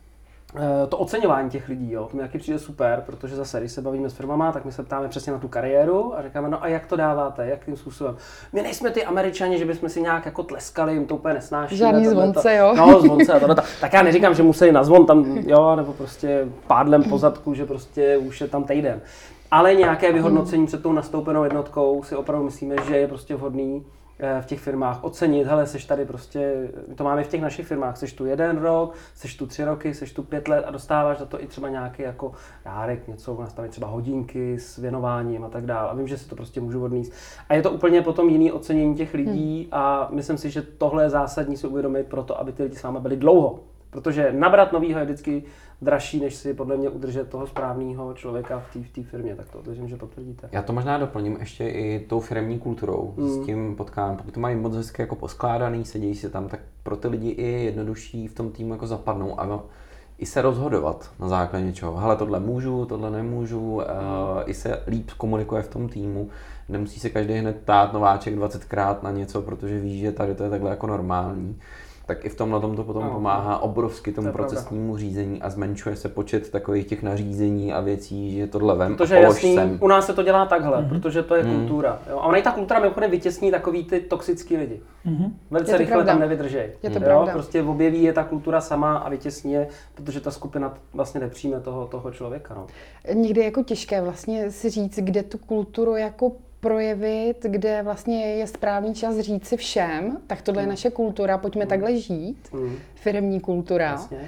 to oceňování těch lidí, jo, to mi taky přijde super, protože zase, když se bavíme s firmama, tak my se ptáme přesně na tu kariéru a říkáme, no a jak to dáváte, jakým způsobem. My nejsme ty Američani, že bychom si nějak jako tleskali, jim to úplně nesnášíme. Žádný zvonce, jo. No, zvonce a tohle. Tak já neříkám, že musí na zvon tam, jo, nebo prostě pádlem po zadku, že prostě už je tam týden. Ale nějaké vyhodnocení před tou nastoupenou jednotkou si opravdu myslíme, že je prostě vhodný v těch firmách ocenit, hele, seš tady prostě, to máme v těch našich firmách, seš tu jeden rok, seš tu tři roky, seš tu pět let a dostáváš za to i třeba nějaký jako dárek, něco, nastavit třeba hodinky s věnováním a tak dále. A vím, že si to prostě můžu odníst. A je to úplně potom jiný ocenění těch lidí hmm. a myslím si, že tohle je zásadní si uvědomit pro to, aby ty lidi s váma byli dlouho. Protože nabrat novýho je vždycky dražší, než si podle mě udržet toho správného člověka v té v té firmě, tak to věřím, že potvrdíte. Já to možná doplním ještě i tou firemní kulturou, mm. s tím potkám. Pokud to mají moc hezky jako poskládaný, sedí se tam, tak pro ty lidi je jednodušší v tom týmu jako zapadnou a i se rozhodovat na základě něčeho. Hele, tohle můžu, tohle nemůžu, mm. uh, i se líp komunikuje v tom týmu. Nemusí se každý hned tát nováček dvacetkrát na něco, protože ví, že tady to je takhle jako normální. Tak i v tomhle tom to potom no, pomáhá obrovsky tomu to procesnímu pravda. Řízení a zmenšuje se počet takových těch nařízení a věcí, že tohle vem protože a polož jasný, sem. U nás se to dělá takhle, mm-hmm. protože to je mm. kultura. Jo? A ona i ta kultura mimochodem vytěsní takový ty toxický lidi. Mm-hmm. Velice rychle pravda. tam nevydržej. Je to jo? pravda. Prostě objeví je ta kultura sama a vytěsní je, protože ta skupina vlastně nepřijme toho, toho člověka. No. Někdy je jako těžké vlastně si říct, kde tu kulturu jako projevit, kde vlastně je správný čas říct si všem, tak tohle je naše kultura, pojďme mm. takhle žít, mm. firemní kultura. Jasně.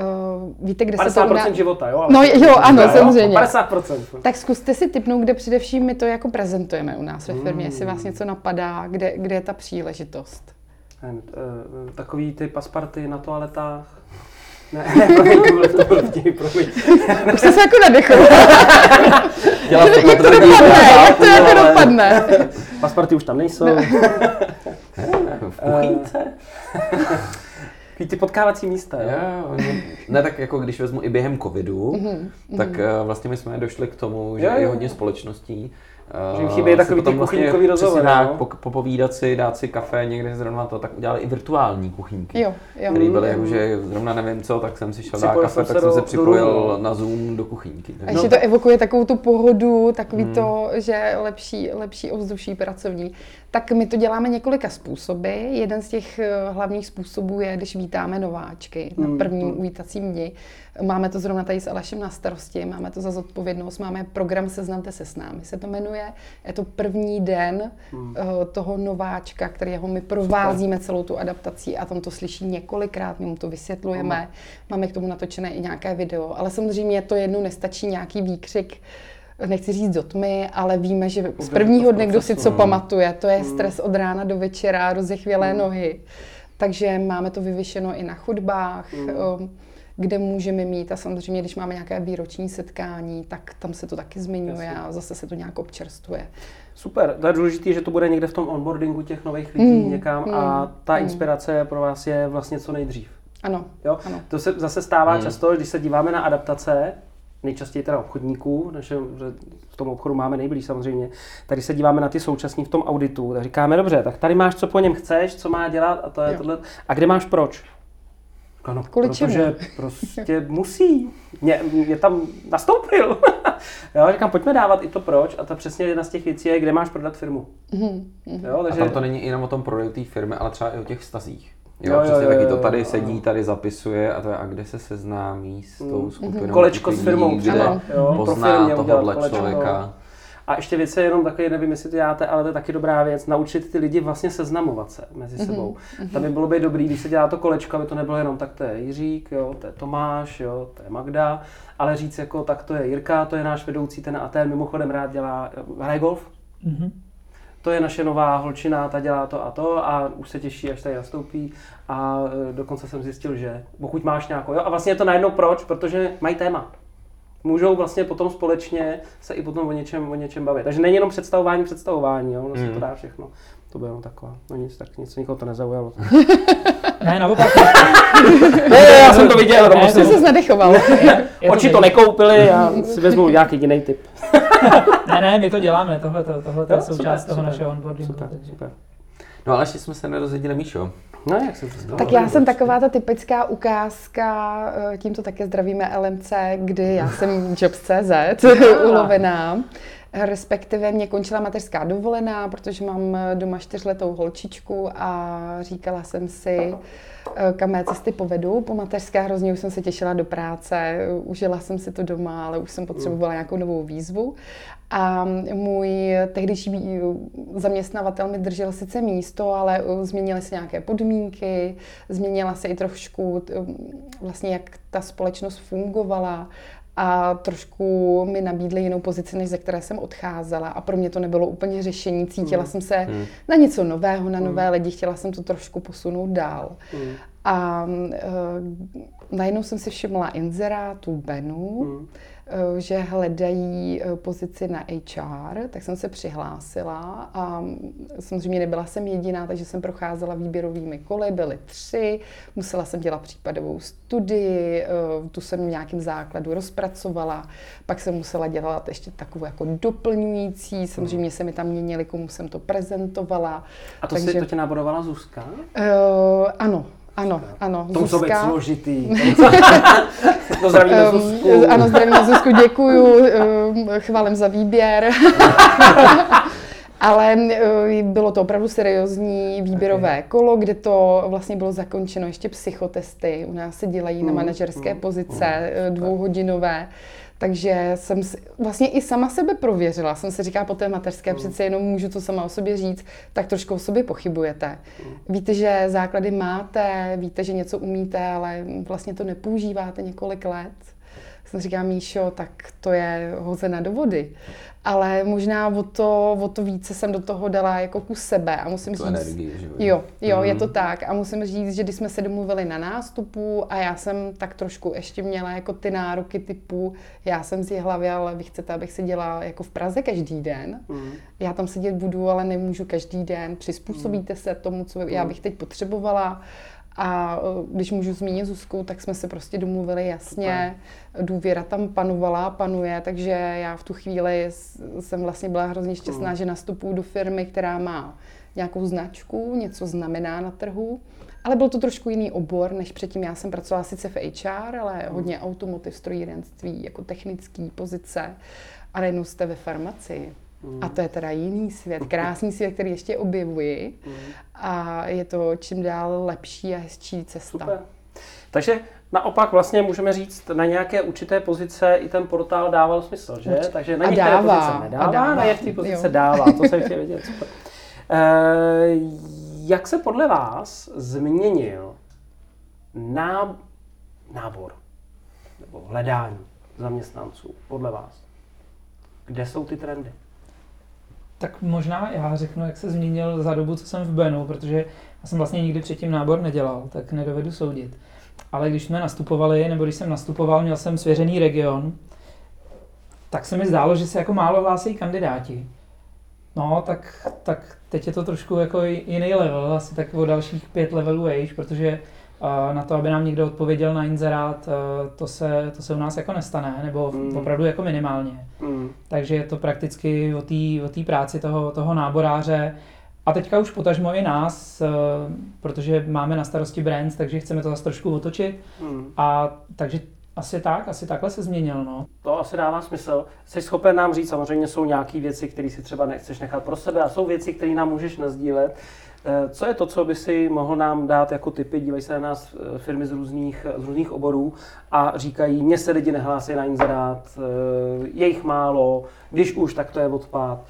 Uh, víte, kde padesát procent se to... života, jo? No jo, ano, jo? samozřejmě. padesát procent. Tak zkuste si tipnout, kde především my to jako prezentujeme u nás ve firmě, mm. jestli vás něco napadá, kde, kde je ta příležitost. And, uh, takový ty pasparty na toaletách. Ne, ne, promiň, to bylo v tom vtipný, promiň. Už jsi se jako nadechl. Jak to dopadne, jak to jako dopadne. Pasparty už tam nejsou. V kuchynce. Ty potkávací místa, jo? jo? Ne, tak jako když vezmu i během covidu, mm-hmm. tak vlastně my jsme došli k tomu, že jo, jo. je hodně společností. Že jim chybí takový ty kuchyňkový rozhovor, no? po, popovídat si, dát si kafe někde zrovna to, tak udělali i virtuální kuchyňky, jo, jo. které byly jako, že zrovna nevím co, tak jsem si šel dát kafe, tak jsem se připojil na Zoom do kuchyňky. A ještě to evokuje takovou tu pohodu, takový hmm. to, že lepší, lepší ovzduší pracovní. Tak my to děláme několika způsoby. Jeden z těch hlavních způsobů je, když vítáme nováčky na prvním uvítacím dni. Máme to zrovna tady s Alešem na starosti, máme to za zodpovědnost, máme program Seznamte se s námi, se to jmenuje. Je to první den hmm. toho nováčka, kterého my provázíme celou tu adaptací a tam to slyší několikrát, my mu to vysvětlujeme. Hmm. Máme k tomu natočené i nějaké video, ale samozřejmě to jednou nestačí nějaký výkřik, nechci říct do tmy, ale víme, že z prvního dne, kdo si co pamatuje, to je stres od rána do večera, rozechvělé nohy. Takže máme to vyvěšeno i na chodbách, mm. kde můžeme mít a samozřejmě, když máme nějaké výroční setkání, tak tam se to taky zmiňuje Jasně. a zase se to nějak občerstvuje. Super, to je důležité, že to bude někde v tom onboardingu těch nových lidí mm. někam mm. a ta inspirace mm. pro vás je vlastně co nejdřív. Ano. Jo? ano. To se zase stává mm. často, když se díváme na adaptace, nejčastěji teda obchodníků, naše, v tom obchodu máme nejblíž samozřejmě, tady se díváme na ty současní v tom auditu, tak říkáme, dobře, tak tady máš, co po něm chceš, co má dělat a to je jo. tohle. A kde máš proč? No, protože prostě musí. Mě, mě tam nastoupil. Jo, říkám, pojďme dávat i to proč a to přesně jedna z těch věcí je, kde máš prodat firmu. Mm-hmm. Jo, takže... A tam to není jenom o tom prodaju té firmy, ale třeba i o těch vztazích. Jo, jo, přesně jo, jo, taky to tady jo, sedí, tady zapisuje a to je, a kde se seznámí s tou skupinou. Kolečko s firmou, kde jo, pozná tohohle člověka. A ještě věc je jenom takový, nevím, jestli to děláte, ale to je taky dobrá věc, naučit ty lidi vlastně seznamovat se mezi sebou. Mm-hmm. Tam by bylo by dobrý, když se dělá to kolečko, aby to nebylo jenom tak to je Jiřík, jo, to je Tomáš, jo, to je Magda, ale říct jako tak to je Jirka, to je náš vedoucí, ten a ten mimochodem rád dělá, hraje golf. Mm-hmm. To je naše nová holčina, ta dělá to a to a už se těší, až tady nastoupí a dokonce jsem zjistil, že pokud máš nějakou, jo, a vlastně je to najednou proč, protože mají téma. Můžou vlastně potom společně se i potom o něčem, o něčem bavit. Takže není jenom představování, představování, jo, ono se mm. to dá všechno. To bylo jenom taková, no nic, tak nic, nikoho to nezaujalo. Ne, naopak. Ne, já jsem to viděl. Ne, to jsi nadechoval. Oči to nekoupili, já si vezmu nějaký jiný typ. Ne, ne, my to děláme, tohle, tohle je součást toho našeho onboardingu. Super, super. No ale ještě jsme se nedozvěděli, Míšo. No, jak se to Tak já jsem taková ta typická ukázka, tímto také zdravíme L M C, kdy já jsem Jobs tečka cé zet ulovená. Respektive mě končila mateřská dovolená, protože mám doma čtyřletou holčičku a říkala jsem si, kam mé cesty povedu. Po mateřské hrozně už jsem se těšila do práce, užila jsem si to doma, ale už jsem potřebovala nějakou novou výzvu. A můj tehdejší zaměstnavatel mi držel sice místo, ale změnily se nějaké podmínky, změnila se i trošku vlastně, jak ta společnost fungovala. A trošku mi nabídli jinou pozici, než ze které jsem odcházela. A pro mě to nebylo úplně řešení. Cítila mm. jsem se mm. na něco nového, na nové mm. lidi. Chtěla jsem to trošku posunout dál. Mm. A uh, najednou jsem si všimla inzerátu Benu, mm. uh, že hledají uh, pozici na H R, tak jsem se přihlásila a samozřejmě nebyla jsem jediná, takže jsem procházela výběrovými koly, byly tři, musela jsem dělat případovou studii, uh, tu jsem v nějakém základu rozpracovala, pak jsem musela dělat ještě takovou jako doplňující, samozřejmě se mi tam měnili, komu jsem to prezentovala. A to, takže, si, to tě naborovala Zuzka? Uh, ano. Ano, ano. To muselo být složitý. No, zdravíme Zuzku. Um, ano, zdravíme Zuzku, děkuju, um, chválím za výběr. Ale um, bylo to opravdu seriózní výběrové okay. kolo, kde to vlastně bylo zakončeno ještě psychotesty. U nás se dělají mm, na manažerské mm, pozice mm, dvouhodinové. Takže jsem si, vlastně i sama sebe prověřila. Jsem si říkala po té mateřské, mm. přece jenom můžu to sama o sobě říct, tak trošku o sobě pochybujete. Mm. Víte, že základy máte, víte, že něco umíte, ale vlastně to nepoužíváte několik let. Jsem říkala, Míšo, tak to je hozena do vody. Ale možná o to, o to více jsem do toho dala jako kus sebe a musím tu říct... Energii, že jo, jo, mm. je to tak. A musím říct, že když jsme se domluvili na nástupu a já jsem tak trošku ještě měla jako ty nároky typu, já jsem z Jihlavy, ale vy chcete, abych seděla jako v Praze každý den. Mm. Já tam sedět budu, ale nemůžu každý den. Přizpůsobíte mm. se tomu, co já bych teď potřebovala. A když můžu zmínit Zuzku, tak jsme se prostě domluvili jasně, důvěra tam panovala, panuje, takže já v tu chvíli jsem vlastně byla hrozně šťastná, že nastupuji do firmy, která má nějakou značku, něco znamená na trhu, ale byl to trošku jiný obor, než předtím. Já jsem pracovala sice v H R, ale hodně automotiv, strojírenství, jako technický pozice a najednou jste ve farmacii. Mm. A to je teda jiný svět, krásný svět, který ještě objevuji mm. a je to čím dál lepší a hezčí cesta. Super. Takže naopak vlastně můžeme říct, na nějaké určité pozice i ten portál dával smysl, že? Určitě. Takže na a některé dává, pozice nedává, a dává. na některé pozice jo. dává, to jsem chtěl vědět. Super. E, jak se podle vás změnil ná, nábor nebo hledání zaměstnanců podle vás? Kde jsou ty trendy? Tak možná já řeknu, jak se změnil za dobu, co jsem v Benu, protože já jsem vlastně nikdy předtím nábor nedělal, tak nedovedu soudit. Ale když jsme nastupovali, nebo když jsem nastupoval, měl jsem svěřený region, tak se mi zdálo, že se jako málo hlásí kandidáti. No, tak, tak teď je to trošku jako jiný level, asi tak o dalších pět levelů vejš, protože uh, na to, aby nám někdo odpověděl na inzerát, uh, to, se, to se u nás jako nestane, nebo mm. opravdu jako minimálně. Mm. Takže je to prakticky o té o té práci toho, toho náboráře. A teďka už potažmo i nás, uh, protože máme na starosti brands, takže chceme to zase trošku otočit. Mm. A takže asi tak, asi takhle se změnil, no. To asi dává smysl. Jsi schopen nám říct, samozřejmě jsou nějaké věci, které si třeba nechceš nechat pro sebe a jsou věci, které nám můžeš nasdílet. Co je to, co by si mohl nám dát jako tipy? Dívají se na nás firmy z různých, z různých oborů a říkají, mně se lidi nehlásí na inzerát, je jich málo, když už, tak to je odpad.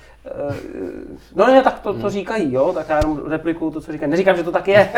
No ne, tak to, to říkají, jo, tak já jenom replikuju to, co říkají. Neříkám, že to tak je.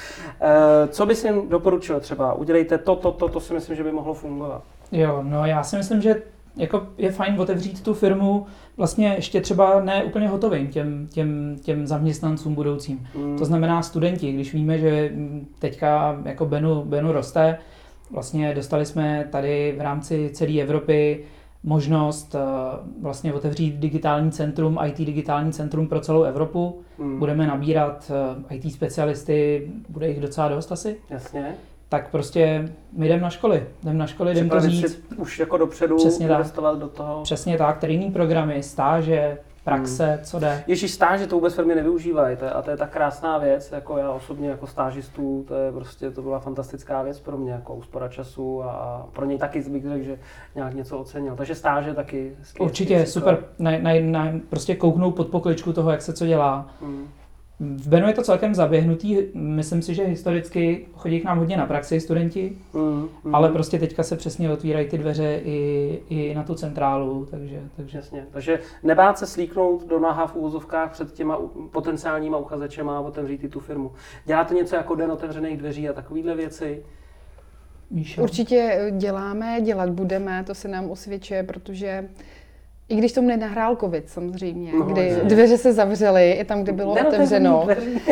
Co bys jim doporučil třeba? Udělejte to, to, to, to si myslím, že by mohlo fungovat. Jo, no já si myslím, že jako je fajn otevřít tu firmu vlastně ještě třeba ne úplně hotovým těm, těm, těm zaměstnancům budoucím. Mm. To znamená studenti, když víme, že teďka jako Benu, Benu roste, vlastně dostali jsme tady v rámci celé Evropy možnost vlastně otevřít digitální centrum, I T digitální centrum pro celou Evropu. Mm. Budeme nabírat I T specialisty, bude jich docela dost asi. Jasně. Tak prostě my jdeme na školy, jdeme na školy, jdeme to říct. Už jako dopředu Přesně investovat tak. do toho. Přesně tak, trénink programy, stáže, praxe, hmm. co jde. Ježíš, stáže to vůbec firmy nevyužívají to je, a to je tak krásná věc, jako já osobně jako stážistů, to je prostě, to byla fantastická věc pro mě, jako úspora času a, a pro něj taky bych řekl, že nějak něco ocenil. Takže stáže taky. Skvěl, určitě, super, na, na, na, prostě kouknout pod pokličku toho, jak se co dělá. Hmm. V Benu je to celkem zaběhnutý, myslím si, že historicky chodí k nám hodně na praxi studenti, mm, mm. ale prostě teďka se přesně otvírají ty dveře i, i na tu centrálu, takže... takže... Jasně, takže nebát se slíknout do naha v úvozovkách před těma potenciálníma uchazečema a otevřít tu firmu. Děláte něco jako den otevřených dveří a takovýhle věci? Míšo. Určitě děláme, dělat budeme, to se nám osvědčuje, protože i když tomu nenahrál covid samozřejmě, no, kdy ne. dveře se zavřely, i tam, kde bylo ne, otevřeno.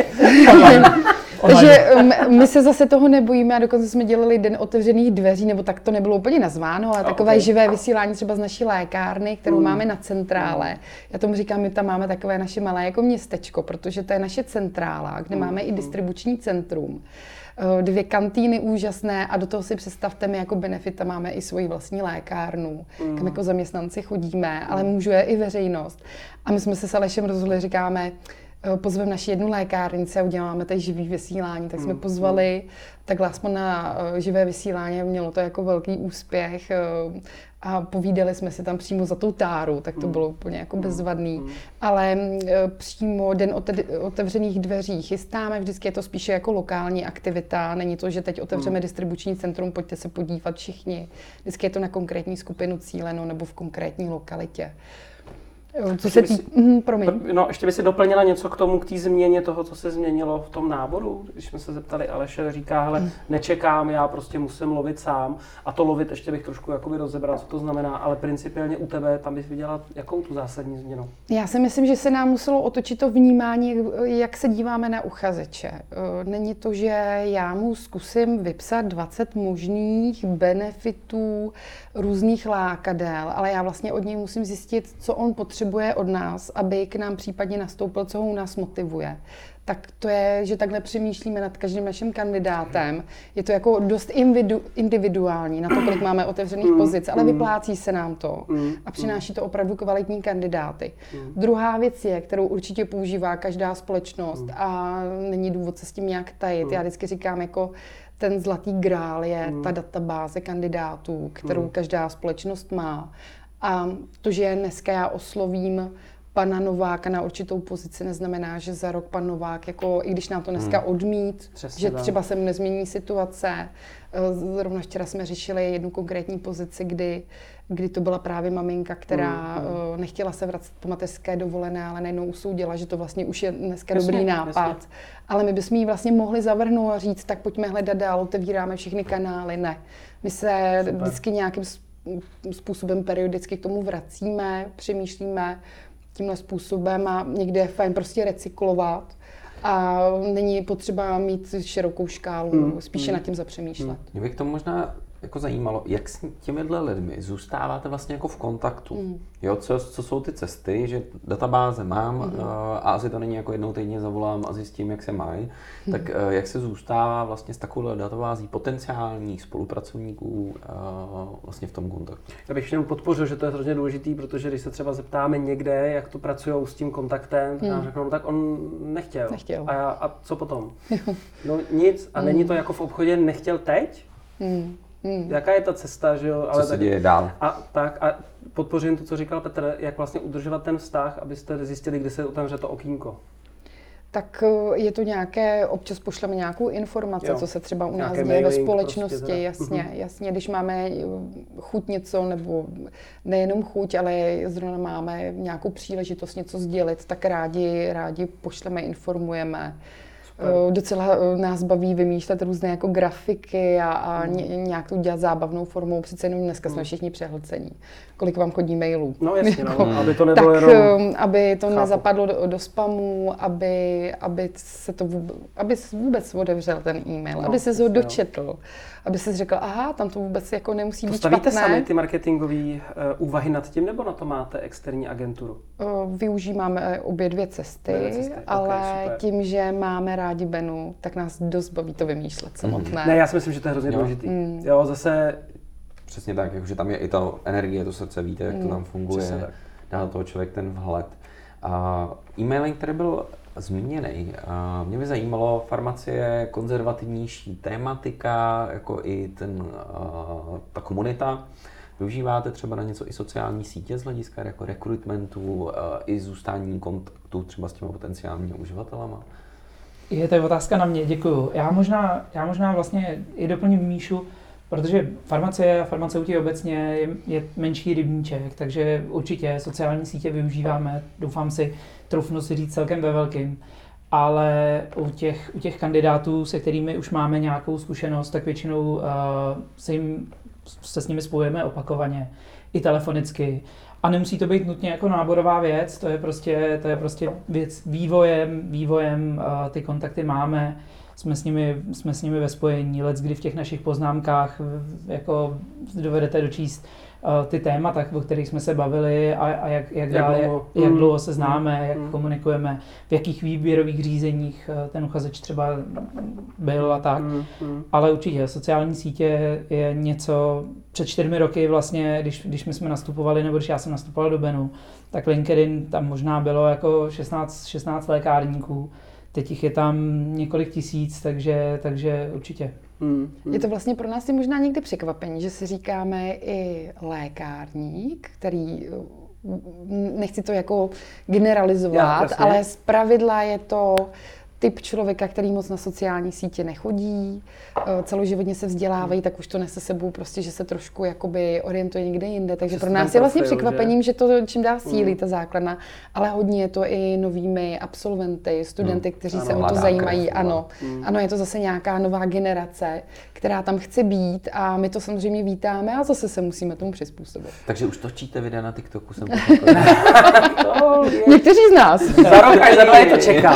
Takže my se zase toho nebojíme a dokonce jsme dělali den otevřených dveří, nebo tak to nebylo úplně nazváno, ale takové okay. živé vysílání třeba z naší lékárny, kterou mm. máme na centrále. Já tomu říkám, my tam máme takové naše malé jako městečko, protože to je naše centrála, kde mm. máme i distribuční centrum. Dvě kantýny úžasné a do toho si představte, my jako Benefita máme i svoji vlastní lékárnu, mm. kam jako zaměstnanci chodíme, ale můžu je i veřejnost. A my jsme se s Alešem rozhodli, říkáme, pozveme naši jednu lékárnici a uděláme tady živý vysílání, tak jsme pozvali takhle aspoň na živé vysílání, mělo to jako velký úspěch a povídali jsme si tam přímo za tou táru, tak to bylo úplně jako bezvadný. Ale přímo den otevřených dveří chystáme, vždycky je to spíše jako lokální aktivita, není to, že teď otevřeme distribuční centrum, pojďte se podívat všichni. Vždycky je to na konkrétní skupinu cíleno nebo v konkrétní lokalitě. Co se tý... si, mm, promiň. No, ještě by si doplnila něco k tomu, k té změně toho, co se změnilo v tom náboru. Když jsme se zeptali, Aleše říká, hele, mm. nečekám, já prostě musím lovit sám. A to lovit ještě bych trošku jakoby rozebral, co to znamená, ale principiálně u tebe tam bys viděla jakou tu zásadní změnu? Já si myslím, že se nám muselo otočit to vnímání, jak se díváme na uchazeče. Není to, že já mu zkusím vypsat dvacet možných benefitů, různých lákadel, ale já vlastně od něj musím zjistit, co on potřebuje od nás, aby k nám případně nastoupil, co ho u nás motivuje. Tak to je, že takhle přemýšlíme nad každým naším kandidátem. Je to jako dost individuální na to, kolik máme otevřených pozic, ale vyplácí se nám to a přináší to opravdu kvalitní kandidáty. Druhá věc je, kterou určitě používá každá společnost a není důvod se s tím nějak tajit. Já vždycky říkám, jako ten zlatý grál je ta databáze kandidátů, kterou každá společnost má. A to, že dneska já oslovím pana Nováka na určitou pozici, neznamená, že za rok pan Novák, jako, i když nám to dneska odmít, Přesně že třeba se mu nezmění situace. Zrovna včera jsme řešili jednu konkrétní pozici, kdy, kdy to byla právě maminka, která mm, mm. nechtěla se vracet po mateřské dovolené, ale najednou usoudila, že to vlastně už je dneska jasně, dobrý nápad. Jasně. Ale my bychom ji vlastně mohli zavrhnout a říct, tak pojďme hledat dál, otevíráme všechny kanály. Ne. My se Super. vždycky nějakým způsobem periodicky k tomu vracíme, přemýšlíme tímhle způsobem a někdy je fajn prostě recyklovat a není potřeba mít širokou škálu, mm, spíše mm, nad tím zapřemýšlet. Mě by k tomu možná jako zajímalo, jak s těmihle lidmi zůstáváte vlastně jako v kontaktu. Mm. Jo, co, co jsou ty cesty, že databáze mám mm. uh, a asi to není jako jednou týdně zavolám a zjistím, jak se mají, mm. tak uh, jak se zůstává vlastně s takovou databází potenciálních spolupracovníků uh, vlastně v tom kontaktu. Já bych jenom podpořil, že to je hrozně důležitý, protože když se třeba zeptáme někde, jak to pracují s tím kontaktem, tak mm. nám řeknou, no, tak on nechtěl. nechtěl. A, já, a co potom? No nic. A mm. není to jako v obchodě nechtěl teď? Mm. Hmm. Jaká je ta cesta, že jo? Ale co se tak, děje dál? A, tak, a podpořím to, co říkal Petr, jak vlastně udržovat ten vztah, abyste zjistili, kdy se otevře to okýnko. Tak je to nějaké, občas pošleme nějakou informaci, jo. co se třeba u nás děje ve společnosti, prostě jasně, uh-huh. jasně, když máme chuť něco, nebo nejenom chuť, ale zrovna máme nějakou příležitost něco sdělit, tak rádi, rádi pošleme, informujeme. Docela nás baví vymýšlet různé jako grafiky a, a ně, nějak to dělat zábavnou formou. Přece jenom dneska jsme všichni přehlcení. Kolik vám chodí mailů. No jasně, no, aby to nebylo tak, jenom... aby to chápu. nezapadlo do, do spamu, aby, aby se to vůbec, aby vůbec otevřel ten e-mail, no, aby se ho dočetl. No. Aby se řekl, aha, tam to vůbec jako nemusí to být špatné. To stavíte sami ty marketingové uh, úvahy nad tím, nebo na to máte externí agenturu? Uh, využíváme obě dvě cesty, dvě cesty. ale okay, tím, že máme rádi Benu, tak nás dost baví to vymýšlet samotné. Mm. Ne, já si myslím, že to je hrozně důležitý. Mm. Jo, zase... Přesně tak, jakože tam je i ta energie, to srdce, víte, jak mm. to tam funguje. Dá toho člověk ten vhled. Uh, e-mailing, který byl zmíněný. Uh, mě by zajímalo, farmacie, konzervativnější tématika, jako i ten, uh, ta komunita. Využíváte třeba na něco i sociální sítě z hlediska jako rekrutmentu, uh, i zůstání kontaktu třeba s těma potenciálními uživatelama? Je to otázka na mě, děkuju. Já možná, já možná vlastně i doplním Míšu, protože farmacie a farmaceuti obecně je, je menší rybníček, takže určitě sociální sítě využíváme, doufám si, troufnu si říct celkem ve velkým. Ale u těch, u těch kandidátů, se kterými už máme nějakou zkušenost, tak většinou uh, se, jim, se s nimi spojujeme opakovaně, i telefonicky. A nemusí to být nutně jako náborová věc, to je prostě, to je prostě věc vývojem, vývojem uh, ty kontakty máme, jsme s nimi, jsme s nimi ve spojení, leckdy v těch našich poznámkách jako dovedete dočíst uh, ty témata, o kterých jsme se bavili a, a jak, jak, jak, dál, dlouho. jak, jak Mm. dlouho se známe, jak Mm. komunikujeme, v jakých výběrových řízeních uh, ten uchazeč třeba byl a tak. Mm, mm. Ale určitě sociální sítě je něco, před čtyřmi roky vlastně, když, když my jsme nastupovali, nebo když já jsem nastupoval do Benu, tak LinkedIn tam možná bylo jako šestnáct, šestnáct lékárníků. Teď jich je tam několik tisíc, takže, takže určitě. Mm, mm. Je to vlastně pro nás i možná někdy překvapení, že si říkáme i lékárník, který, nechci to jako generalizovat, Já, ale zpravidla je to typ člověka, který moc na sociální sítě nechodí, celoživotně se vzdělávají, tak už to nese sebou prostě, že se trošku jakoby orientuje někde jinde. Takže Přesně pro nás ten je vlastně profil, překvapením, že? že to čím dál sílí, Mm. ta základna, ale hodně je to i novými absolventy, studenty, Mm. kteří Ano, se o to mladá zajímají. krev, Ano, Mm. ano, je to zase nějaká nová generace, která tam chce být a my to samozřejmě vítáme a zase se musíme tomu přizpůsobit. Takže už točíte videa na TikToku, jsem pochopil. To je- Někteří z nás. Za rok až za dva je to čeká.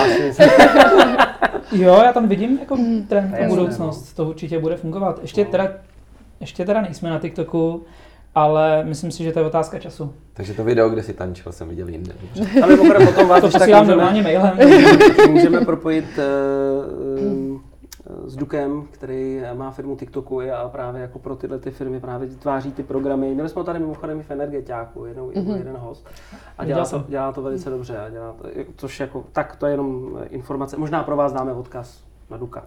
Jo, já tam vidím jako trend Jasně, a budoucnost, to určitě bude fungovat. Ještě teda, ještě teda nejsme na TikToku, ale myslím si, že to je otázka času. Takže to video, kde si tančil, jsem viděl jinde. A mimochodem potom vás To když tak posílám můžeme, normálně mailem. můžeme propojit uh, um, s Dukem, který má firmu TikToku a právě jako pro tyhle ty firmy právě tváří ty programy. Měli jsme ho tady mimochodem i v Energetiáku, jednou, mm-hmm. jeden host. A dělá to, dělá to velice dobře. A dělá to, což jako, tak to je jenom informace. Možná pro vás dáme odkaz na Duka.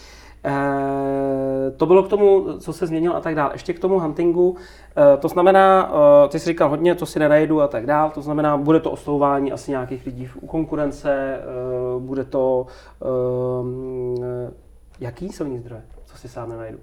E, to bylo k tomu, co se změnilo a tak dále. Ještě k tomu huntingu. E, to znamená, e, ty jsi říkal hodně, co si nenajdu a tak dále. To znamená, bude to oslovování asi nějakých lidí u konkurence, e, bude to e, jaký silný zdroje, co si sám nenajdu.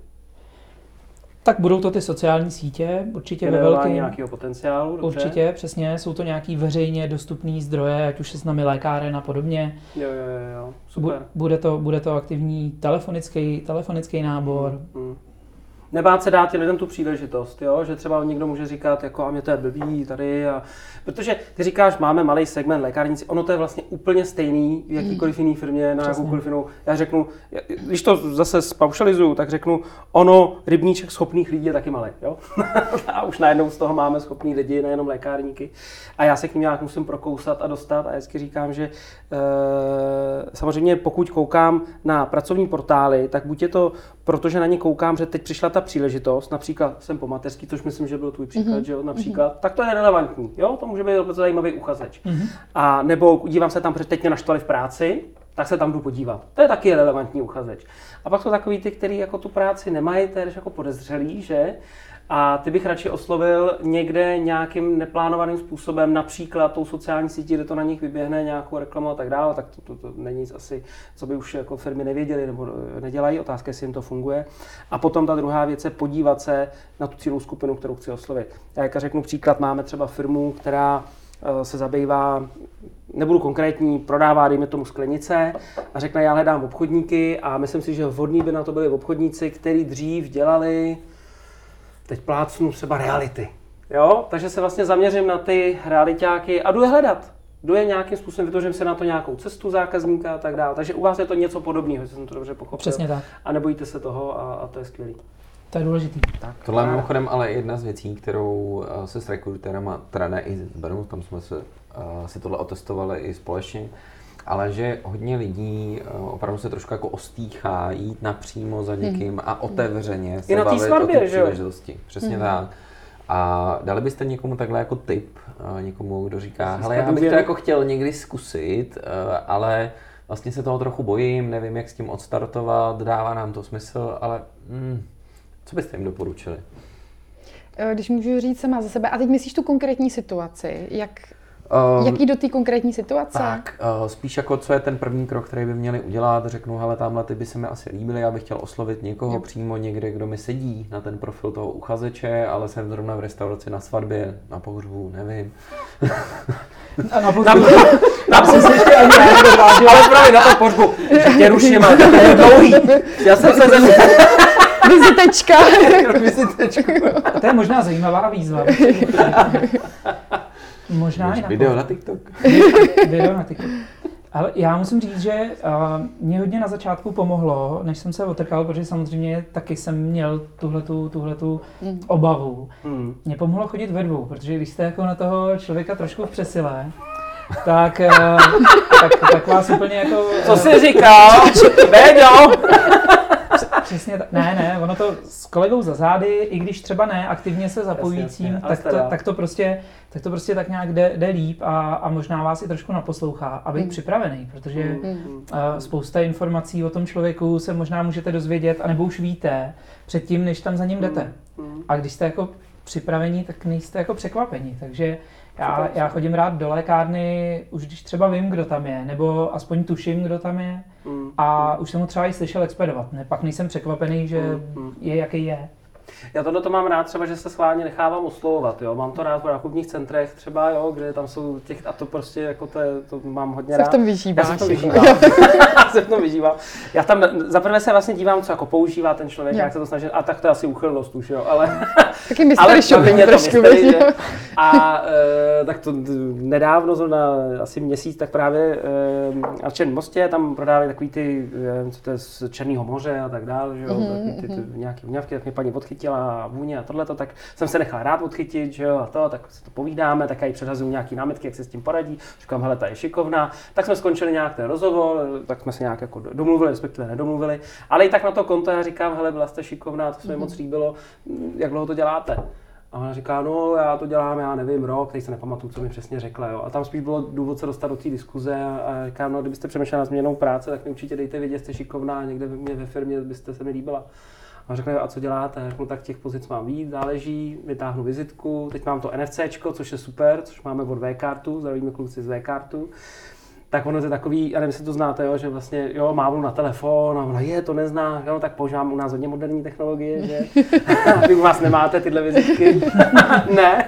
Tak budou to ty sociální sítě, určitě ve Generování velkém. nějakého potenciálu, dobře. Určitě, přesně, jsou to nějaký veřejně dostupný zdroje, ať už se s námi lékáren a podobně. Jo, jo, jo, jo. Super. Bude to, bude to aktivní telefonický, telefonický nábor. Hmm. Nebát se dát lidem tu příležitost, jo? Že třeba někdo může říkat, jako a mě to je blbý tady, a... protože ty říkáš, máme malý segment lékárnici, ono to je vlastně úplně stejný v jakýkoliv jiný firmě, na jakoukoliv jinou. Já řeknu, když to zase spaušalizuju, tak řeknu, ono, rybníček schopných lidí je taky malý, jo? A už najednou z toho máme schopný lidi, nejenom lékárníky. A já se k ním nějak musím prokousat a dostat a vždycky říkám, že e, samozřejmě pokud koukám na pracovní portály, tak buď je to, protože na ně koukám, že teď přišla ta příležitost, například jsem po mateřský, což myslím, že byl tvůj příklad, mm-hmm. že jo, například, mm-hmm. tak to je relevantní, jo, to může být zajímavý uchazeč. Mm-hmm. A nebo dívám se tam, protože teď mě naštvali v práci, tak se tam jdu podívat. To je taky relevantní uchazeč. A pak jsou takový ty, kteří jako tu práci nemají, to je jako podezřelý, že? A ty bych radši oslovil někde nějakým neplánovaným způsobem, například tou sociální sítí, kde to na nich vyběhne nějakou reklamu a tak dále, tak to, to, to není nic asi, co by už jako firmy nevěděly nebo nedělají, otázka, jestli jim to funguje. A potom ta druhá věc je podívat se na tu cílovou skupinu, kterou chci oslovit. Já jak řeknu příklad, máme třeba firmu, která se zabývá, nebudu konkrétní, prodává, dejme tomu sklenice a řekne, já hledám obchodníky a myslím si, že vhodní by na to byli obchodníci, kteří dřív dělali, teď plácnu třeba reality, jo? Takže se vlastně zaměřím na ty realitáky a jdu je hledat. Jdu je nějakým způsobem, vytvořím se na to nějakou cestu zákazníka a tak dále. Takže u vás je to něco podobného, jestli jsem to dobře pochopil. Přesně tak. A nebojíte se toho a, a to je skvělý. To je důležitý. Tak, Tohle je mimochodem ale jedna z věcí, kterou se s rekruterama, teda ne i z Benu, tam jsme se, uh, si tohle otestovali i společně, ale že hodně lidí uh, opravdu se trošku jako ostýchá jít napřímo za někým a otevřeně se I na té bavit svatbě, o té že jo? příležitosti. Přesně mm. tak. A dali byste někomu takhle jako tip, někomu, kdo říká, hele, já bych důvěru. to jako chtěl někdy zkusit, ale vlastně se toho trochu bojím, nevím, jak s tím odstartovat, dává nám to smysl, ale hmm, co byste jim doporučili? Když můžu říct sama za sebe, a teď myslíš tu konkrétní situaci, jak, Um, jaký do té konkrétní situace? Tak, uh, spíš jako co je ten první krok, který by měli udělat, řeknu, hele, tamhle ty by se mi asi líbily, já bych chtěl oslovit někoho Jo. přímo někde, kdo mi sedí na ten profil toho uchazeče, ale jsem zrovna v restauraci na svatbě, na pohřbu, nevím. A na pohřbu. Tam jsem se ještě ani neodvážil. Ale právě na to pohřbu, že tě ruším, ale to je dlouhý. Já jsem se zase... Vizitečka. Vizitečku. To je možná zajímavá výzva. Možná i na Video na TikTok. Video na TikTok. Ale já musím říct, že uh, mě hodně na začátku pomohlo, než jsem se otrkal, protože samozřejmě taky jsem měl tuhletu, tuhletu Mm. obavu. Hmm. Mě pomohlo chodit ve dvou, protože když jste jako na toho člověka trošku v přesile, tak, uh, tak, tak vás úplně jako... Co jsi říkal? Béďo! Přesně tak. Ne, ne, ono to s kolegou za zády, i když třeba ne aktivně se zapojujícím, Jasně, jasně, tak, ale to, jste tak, to prostě, tak to prostě tak nějak jde, jde líp a, a možná vás i trošku naposlouchá a být Mm. připravený, protože Hmm. uh, spousta informací o tom člověku se možná můžete dozvědět, anebo už víte předtím, než tam za ním jdete. Hmm. A když jste jako připravení, tak nejste jako překvapení, takže já, Super. já chodím rád do lékárny, už když třeba vím, kdo tam je, nebo aspoň tuším, kdo tam je Hmm. a už jsem ho třeba i slyšel expedovat, ne? Pak nejsem překvapený, že Mm. je jaký je. Já tohle to mám rád třeba, že se schválně nechávám oslovovat, jo. Mám to rád v nákupních centrech třeba, jo, kde tam jsou těch, a to prostě jako to, je, to mám hodně Se rád. v tom Já vyžíváš. se v tom vyžívám. Já se v tom vyžívám. Já tam zaprvé se vlastně dívám, co jako používá ten člověk, Jo. jak se to snaží, a tak to je asi úchylnost už, jo, ale... Taky mystery shopping je to trošku. mystery, viď? že? A e, tak to d- nedávno, zrovna asi měsíc, tak právě e, v Černém Mostě tam prodávají takový ty, e, co to je z Černého moře a tak dále, že jo, Mhm, takový ty, ty mhm. nějaký vňavky, tak mě paní odchytila a vůně a tohleto, tak jsem se nechal rád odchytit, že jo, a to, tak si to povídáme, tak já jí předhazuju nějaký námitky, jak se s tím poradí, říkám, hele, ta je šikovná, tak jsme skončili nějak ten rozhovor, tak jsme se nějak jako domluvili, respektive nedomluvili, ale i tak na to konto já říkám, hele, byla jste šikovná, to se mi moc líbilo, jak dlouho to děláte? A ona říká, no já to dělám, já nevím, rok, teď se nepamatuju, co mi přesně řekla, jo. A tam spíš bylo důvod se dostat do té diskuze a, a říkám, no kdybyste přemýšlela na změnou práce, tak mi určitě dejte vědět, jste šikovná a někde mě ve firmě byste se mi líbila. A on řekne, a co děláte? Řeknu, tak těch pozic mám víc, záleží, vytáhnu vizitku, teď mám to NFCčko, což je super, což máme od V-kartu, zdravíme kluci z V-kartu. Tak ono je takový, já nevím, jestli to znáte, jo, že vlastně, jo, mávnu na telefon a ona, je, to nezná, jo, tak používám u nás hodně moderní technologie, že vy u vás nemáte tyhle vizitky. Ne?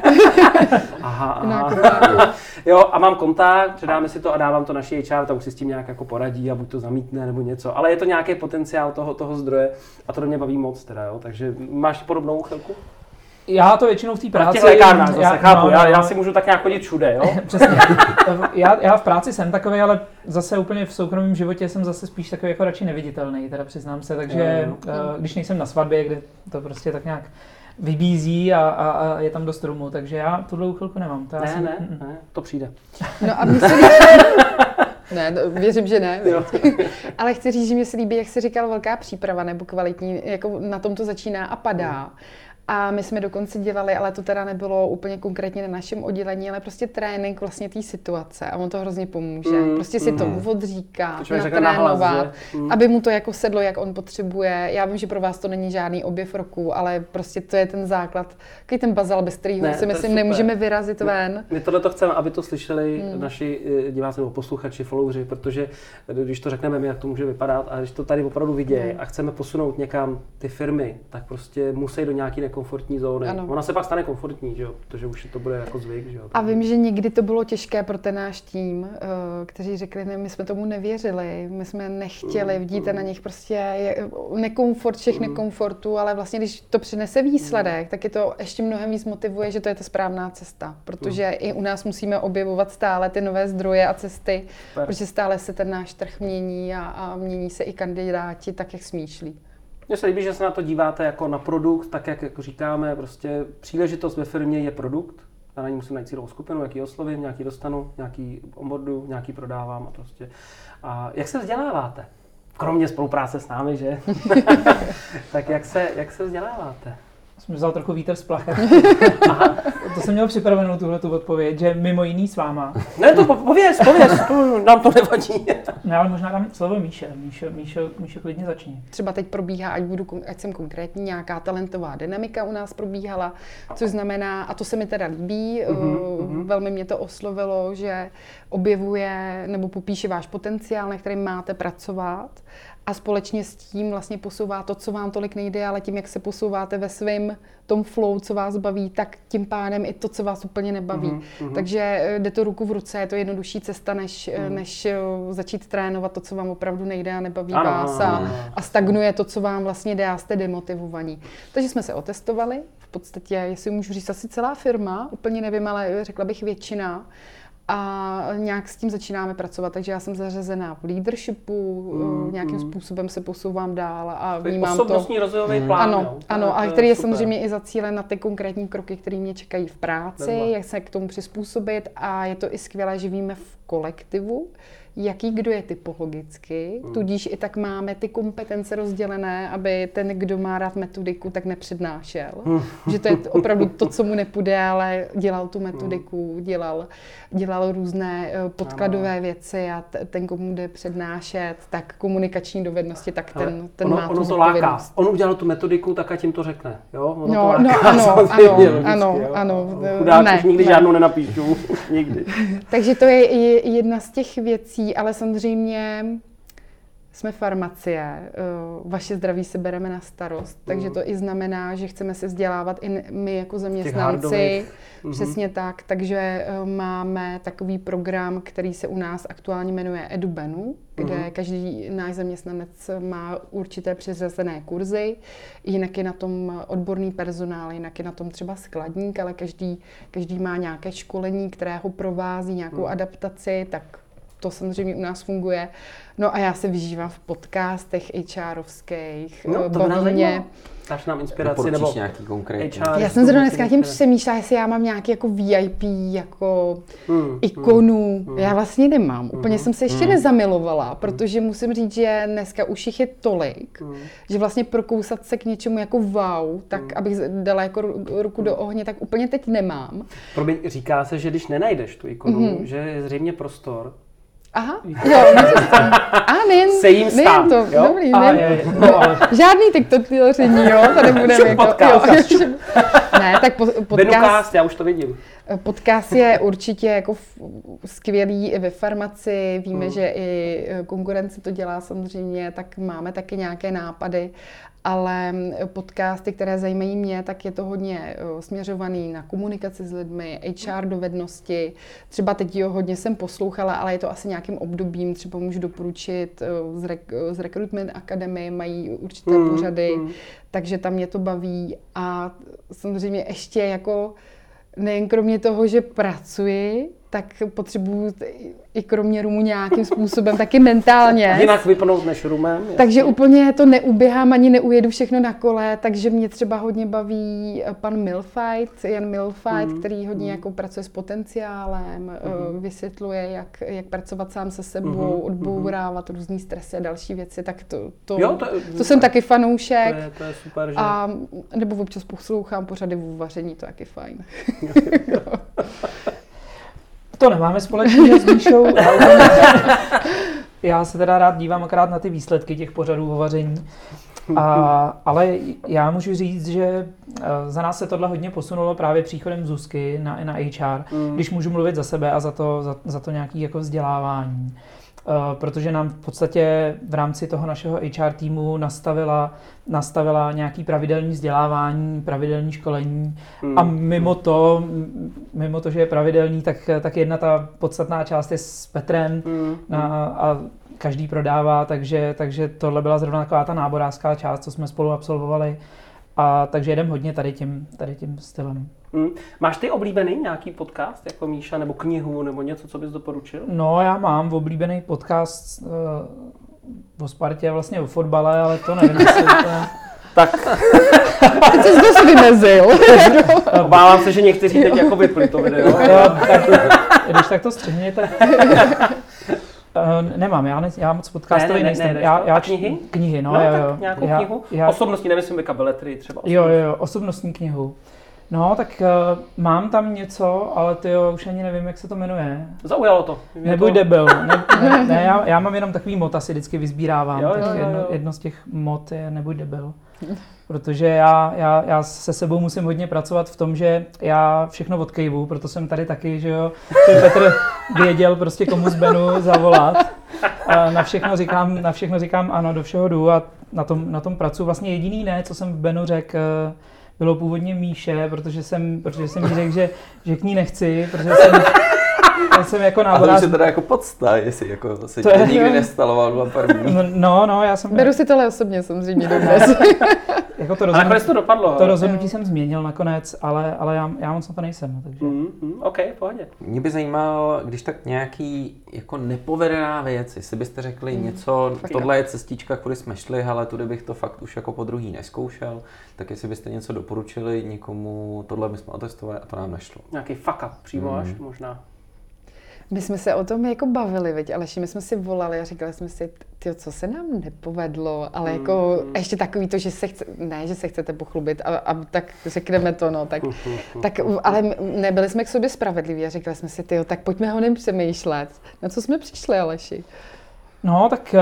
Aha, aha. Jo, a mám kontakt, předáme si to a dávám to naší H R, ta už si s tím nějak jako poradí a buď to zamítne nebo něco, ale je to nějaký potenciál toho, toho zdroje a to do mě baví moc teda, jo, takže máš podobnou chvilku? Já to většinou v té V práci... těch lékárnách zase, já, chápu, no, já, no, já si můžu tak nějak chodit všude, jo? Přesně. Já, já v práci jsem takový, ale zase úplně v soukromém životě jsem zase spíš takový jako radši neviditelný, teda přiznám se, takže Jo, uh, když nejsem na svatbě, kde to prostě tak nějak vybízí a, a, a je tam dost rumu, takže já tuhle chvilku nemám. To já Ne, si, ne, mm, mm. ne, to přijde. No a mně se líbí... Ne, no, věřím, že ne. Jo. Ale chci říct, že mi se líbí, jak jsi říkal, velká příprava nebo kvalitní, jako na tom to začíná a padá. A my jsme dokonce dělali, ale to teda nebylo úplně konkrétně na našem oddělení, ale prostě trénink vlastně té situace a on to hrozně pomůže. Mm, prostě si mm. to odříkat, To člověk řekne nahlas, natrénovat, že? Mm. aby mu to jako sedlo, jak on potřebuje. Já vím, že pro vás to není žádný objev roku, ale prostě to je ten základ, takový ten bazal, bez kterého Ne, si to je myslím, super. nemůžeme vyrazit ven. My tohle to chceme, aby to slyšeli Hmm. naši eh, diváci nebo posluchači, followři, protože když to řekneme my, jak to může vypadat, a když to tady opravdu vidějí Hmm. a chceme posunout někam ty firmy, tak prostě musí do nějaké nekomfortní zóny. Ano. Ona se pak stane komfortní, že jo? Protože už to bude jako zvyk, že jo? A vím, že někdy to bylo těžké pro ten náš tým, eh, kteří řekli, ne, my jsme tomu nevěřili, my jsme nechtěli, vidíte na nich prostě je nekomfort všech nekomfortů, ale vlastně když to přinese výsledek, tak je to ještě mnohem víc motivuje, že to je ta správná cesta, protože i u nás musíme objevovat stále ty nové zdroje a cesty, Super. protože stále se ten náš trh mění a, a mění se i kandidáti tak, jak smýšlí. Mně se líbí, že se na to díváte jako na produkt, tak jak jako říkáme, prostě příležitost ve firmě je produkt. Já na ní musím najít cílovou skupinu, jaký oslovím, nějaký dostanu, nějaký onboardu, nějaký prodávám a prostě. A jak se vzděláváte? Kromě spolupráce s námi, že? Tak jak se, jak se vzděláváte? Jsem vzal trochu vítr z plachet. To jsem měl připravenou tuhletu odpověď, že mimo jiný s váma. Ne, to pověz, pověz, to, nám to nevadí. Ne, ale možná dám slovo Míše. Míšo, Míšo, Míšo klidně začni. Třeba teď probíhá, ať, budu, ať jsem konkrétní, nějaká talentová dynamika u nás probíhala, což znamená, a to se mi teda líbí, uh-huh, uh, velmi mě to oslovilo, že objevuje nebo popíše váš potenciál, na kterým máte pracovat a společně s tím vlastně posouvá to, co vám tolik nejde, ale tím, jak se posouváte ve svém tom flow, co vás baví, tak tím pádem i to, co vás úplně nebaví. Uh-huh. Takže jde to ruku v ruce, je to jednodušší cesta, než, uh-huh. než začít trénovat to, co vám opravdu nejde a nebaví ano, vás a, a stagnuje to, co vám vlastně jde a jste demotivovaní. Takže jsme se otestovali, v podstatě, jestli můžu říct, asi celá firma, úplně nevím, ale řekla bych většina. A nějak s tím začínáme pracovat, takže já jsem zařazená v leadershipu, mm, nějakým mm. způsobem se posouvám dál a vnímám to. Osobnostní rozvojový mm. plán. Ano, jo. ano, a který je super. Samozřejmě i zacílen na ty konkrétní kroky, které mě čekají v práci, Vedle. jak se k tomu přizpůsobit a je to i skvělé, že víme v kolektivu, jaký kdo je typologicky, mm. tudíž i tak máme ty kompetence rozdělené, aby ten, kdo má rád metodiku, tak nepřednášel. Mm. Že to je opravdu to, co mu nepůjde, ale dělal tu metodiku, dělal, dělal různé podkladové věci a t- ten, komu jde přednášet, tak komunikační dovednosti, tak ten, ten ono, má ono tu to láká. On udělal tu metodiku, tak ať jim to řekne. Jo? Ono no, to láká, no, ano, ano, logicky, ano, jo? ano. Chudák, ne, už nikdy ne. žádnou nenapíšu. Nikdy. Takže to je jedna z těch věcí, ale samozřejmě jsme farmacie, vaše zdraví si bereme na starost, takže to i znamená, že chceme se vzdělávat i my jako zaměstnanci, přesně tak, takže máme takový program, který se u nás aktuálně jmenuje EduBenu, kde uh-huh. každý náš zaměstnanec má určité přiřazené kurzy, jinak je na tom odborný personál, jinak je na tom třeba skladník, ale každý, každý má nějaké školení, které ho provází, nějakou uh-huh. adaptaci, tak to samozřejmě u nás funguje. No a já se vyžívám v podcastech HRovských. No, to baví mě. Dáš nám inspiraci nebo nějaký konkrétní. Já jsem zrovna dneska tím přemýšlela, jestli já mám nějaký jako V I P, jako hmm, ikonu. Hmm, já vlastně nemám. Úplně hmm, jsem se ještě hmm, nezamilovala, protože musím říct, že dneska už jich je tolik, hmm, že vlastně prokousat se k něčemu jako wow, tak hmm, abych dala jako ruku do ohně, tak úplně teď nemám. Promiň, říká se, že když nenajdeš tu ikonu, hmm, že je zřejmě prostor. Aha, jo, a nejen, se jim stát, to, jo? dobrý, a nejen, je, no, ale... žádný TikTokeření, jo, tady budeme jako, podcast, jo, ne, tak po, podcast, Venukast, já už to vidím. Podcast je určitě jako skvělý i ve farmaci, víme, hmm, že i konkurence to dělá samozřejmě, tak máme taky nějaké nápady, ale podcasty, které zajímají mě, tak je to hodně směřovaný na komunikaci s lidmi, H R dovednosti. Třeba teď jo, hodně jsem poslouchala, ale je to asi nějakým obdobím. Třeba můžu doporučit z, Rec- z Recruitment Academy, mají určité mm, pořady, mm. takže tam mě to baví. A samozřejmě ještě jako nejen kromě toho, že pracuji, tak potřebuju i kromě rumu nějakým způsobem taky mentálně. Jinak vypnout než rumem. Jasný. Takže úplně to neuběhám, ani neujedu všechno na kole, takže mě třeba hodně baví pan Milfight, Jan Milfight, mm, který hodně mm. jako pracuje s potenciálem, mm. vysvětluje, jak, jak pracovat sám se sebou, mm. odbourávat mm. různý stresy a další věci, tak to, to, jo, to, to jsem taky fanoušek. To je, to je super, že? A nebo občas poslouchám pořady v vaření, to je taky fajn. To nemáme společného s Míšou. Já se teda rád dívám akorát na ty výsledky těch pořadů o vaření. A, ale já můžu říct, že za nás se tohle hodně posunulo právě příchodem Zuzky na, na H R, mm. když můžu mluvit za sebe a za to, za, za to nějaké jako vzdělávání. Uh, protože nám v podstatě v rámci toho našeho H R týmu nastavila, nastavila nějaký pravidelný vzdělávání, pravidelný školení mm. a mimo to, mimo to, že je pravidelný, tak, tak jedna ta podstatná část je s Petrem mm. na, a každý prodává, takže, takže tohle byla zrovna taková ta náborářská část, co jsme spolu absolvovali. A takže jedem hodně tady tím, tady tím stylem. Hmm. Máš ty oblíbený nějaký podcast, jako Míša, nebo knihu, nebo něco, co bys doporučil? No, já mám oblíbený podcast uh, o Spartě, vlastně o fotbale, ale to nevím, jestli to je... Tak. Teď jsi zase vymezil. Bávám se, že někteří teď jako vypli to video. No, tak, když tak to střihněte. Uh, Uh, nemám, já, ne, já moc podcastový ne, ne, nejsem. ne, ne, já, já a knihy? Knihy, no, no jo, tak jo. nějakou já, knihu? Já, Osobnostní, nevím, by kabeletry třeba. Jo, jo, jo, osobnostní knihu. No, tak uh, mám tam něco, ale ty jo, už ani nevím, jak se to jmenuje. Zaujalo to. Mě Nebuď to... debil. Ne, ne, ne já, já mám jenom takový mod, asi vždycky vyzbírávám. Jo, tak jo, jo, jedno, jo. jedno z těch mod je Nebuď debil. Protože já, já, já se sebou musím hodně pracovat v tom, že já všechno odkejvu, proto jsem tady taky, že jo, že Petr věděl prostě komu z Benu zavolat. A na všechno říkám, na všechno říkám ano, do všeho jdu a na tom, na tom pracuji. Vlastně jediný ne, co jsem v Benu řekl, bylo původně Míše, protože jsem, protože jsem jí řekl, že, že k ní nechci, protože jsem, jsem jako náborář... A to už je teda jako podsta, jestli jako se To to je- nikdy nestalo, byla první. No, no, já jsem... Beru si tohle osobně samozřejmě dodnes. Jako to A nakonec rozhodnutí, to dopadlo. to rozhodnutí jsem změnil nakonec, ale, ale já, já moc na to nejsem, no, takže... Mm, mm, OK, v pohodě. Mě by zajímal, když tak nějaký jako nepovedená věc, jestli byste řekli Mm, něco, fakt tohle je cestička, kudy jsme šli, ale tudy bych to fakt už jako po druhý neskoušel, tak jestli byste něco doporučili někomu, tohle bychom otestovali a to nám nešlo. Nějaký fuck up přímo Mm. až možná. My jsme se o tom jako bavili, veď, Aleši, my jsme si volali a říkali jsme si, tyjo, co se nám nepovedlo, ale Mm, jako mm. ještě takový to, že se chce, ne, že se chcete pochlubit, a, a tak řekneme to, no, tak, tak, ale nebyli jsme k sobě spravedliví a říkali jsme si, tyjo, tak pojďme ho nepřemýšlet. Na co jsme přišli, Aleši? No, tak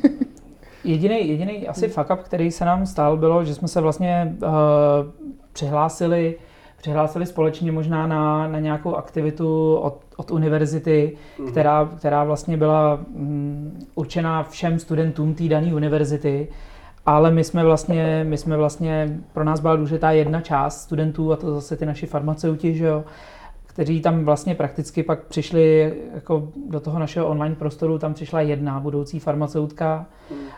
jediný, jediný asi fuck up, který se nám stal, bylo, že jsme se vlastně uh, přihlásili, přihlásili společně možná na, na nějakou aktivitu od, od univerzity, Mhm. která, která vlastně byla um, určená všem studentům té dané univerzity. Ale my jsme vlastně, my jsme vlastně, pro nás byla důležitá jedna část studentů, a to zase ty naši farmaceuti, že jo, kteří tam vlastně prakticky pak přišli jako do toho našeho online prostoru, tam přišla jedna budoucí farmaceutka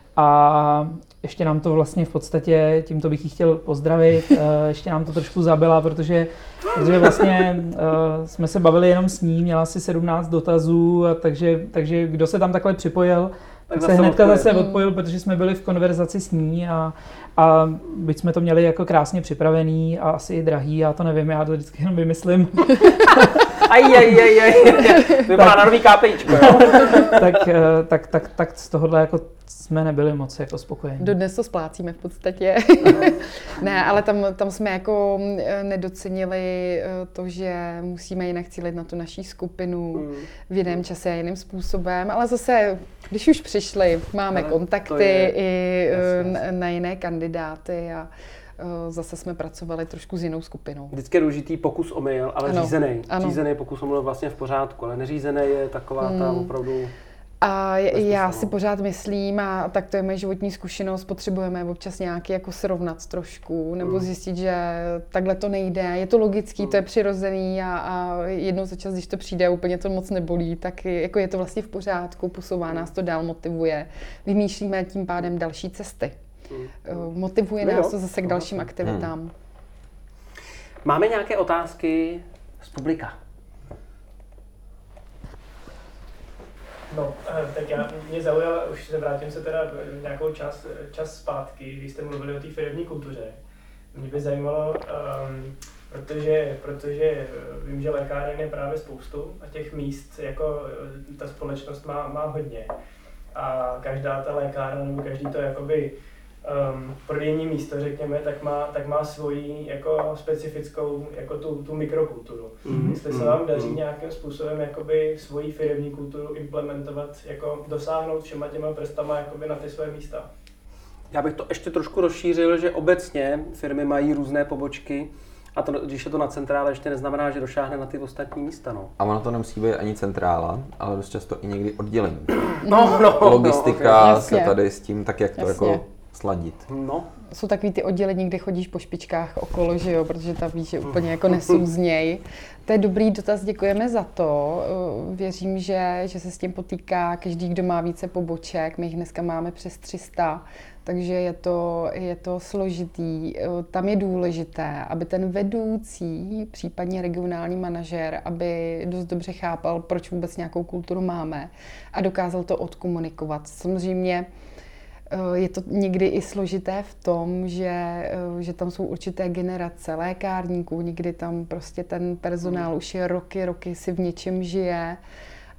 a ještě nám to vlastně v podstatě, tímto bych jí chtěl pozdravit, eh, ještě nám to trošku zabila, protože, protože vlastně eh, jsme se bavili jenom s ní, měla asi sedmnáct dotazů, a takže, takže kdo se tam takhle připojil, tak se zase hnedka odpověď. zase odpojil, protože jsme byli v konverzaci s ní a, a byť jsme to měli jako krásně připravený a asi i drahý, já to nevím, já to vždycky jenom vymyslím, Aj, aj, aj, aj. To vypadá na nový KPIčko, jo? tak, eh, tak, tak, tak z tohohle jako jsme nebyli moc jako spokojení. Dodnes to splácíme v podstatě. Ne, ale tam, tam jsme jako eh, nedocenili eh, to, že musíme jinak cílit na tu naší skupinu Mm. v jiném čase a jiným způsobem, ale zase, když už přišli, máme Ale kontakty to je- i eh, jasně, na, jasně. na jiné kandidáty a eh, zase jsme pracovali trošku s jinou skupinou. Vždycky je důležitý pokus omyl, ale Ano, řízený. ano. Řízený pokus omyl vlastně v pořádku, ale neřízený je taková ta Mm. opravdu... A já Nesmysl, si no. pořád myslím, a tak to je moje životní zkušenost, potřebujeme občas nějaký jako srovnat trošku, nebo Mm. zjistit, že takhle to nejde, je to logický, to je přirozený a, a jednou za čas, když to přijde, úplně to moc nebolí, tak je- jako je to vlastně v pořádku, posouvá nás to dál, motivuje. Vymýšlíme tím pádem další cesty. Mm. Eh, Motivuje No jo. nás to zase k dalším aktivitám. Máme nějaké otázky z publika? No, eh, tak já, mě zaujala, už se vrátím se teda nějakou čas, čas zpátky, když jste mluvili o té firemní kultuře. Mě by zajímalo, um, protože, protože eh, vím, že lékáren je právě spoustu a těch míst, jako eh, ta společnost má, má hodně. A každá ta lékárna, nebo každý to jakoby um, prodejní místo, řekněme, tak má, tak má svoji jako specifickou, jako tu, tu mikrokulturu. Mhm, Jestli se mhm, vám daří mhm. nějakým způsobem jakoby svoji firemní kulturu implementovat, jako dosáhnout všema těma prstama jakoby na ty své místa. Já bych to ještě trošku rozšířil, že obecně firmy mají různé pobočky a to, když je to na centrále, ještě neznamená, že došáhne na ty ostatní místa. No, A ono to nemusí být ani centrála, ale dost často i někdy oddělení. no, no, Logistika no, se jasně. tady s tím, tak jak to Jasně. jako sladit. No, no. Jsou takový ty oddělení, kde chodíš po špičkách okolo, že jo, protože tam víš, že úplně jako nesouzněj. To je dobrý dotaz, děkujeme za to. Eh, Věřím, že, že se s tím potýká každý, kdo má více poboček. My jich dneska máme přes tři sta, takže je to, je to složitý. Eh, Tam je důležité, aby ten vedoucí, případně regionální manažer, aby dost dobře chápal, proč vůbec nějakou kulturu máme a dokázal to odkomunikovat. Samozřejmě je to někdy i složité v tom, že, že tam jsou určité generace lékárníků, někdy tam prostě ten personál už je roky, roky si v něčem žije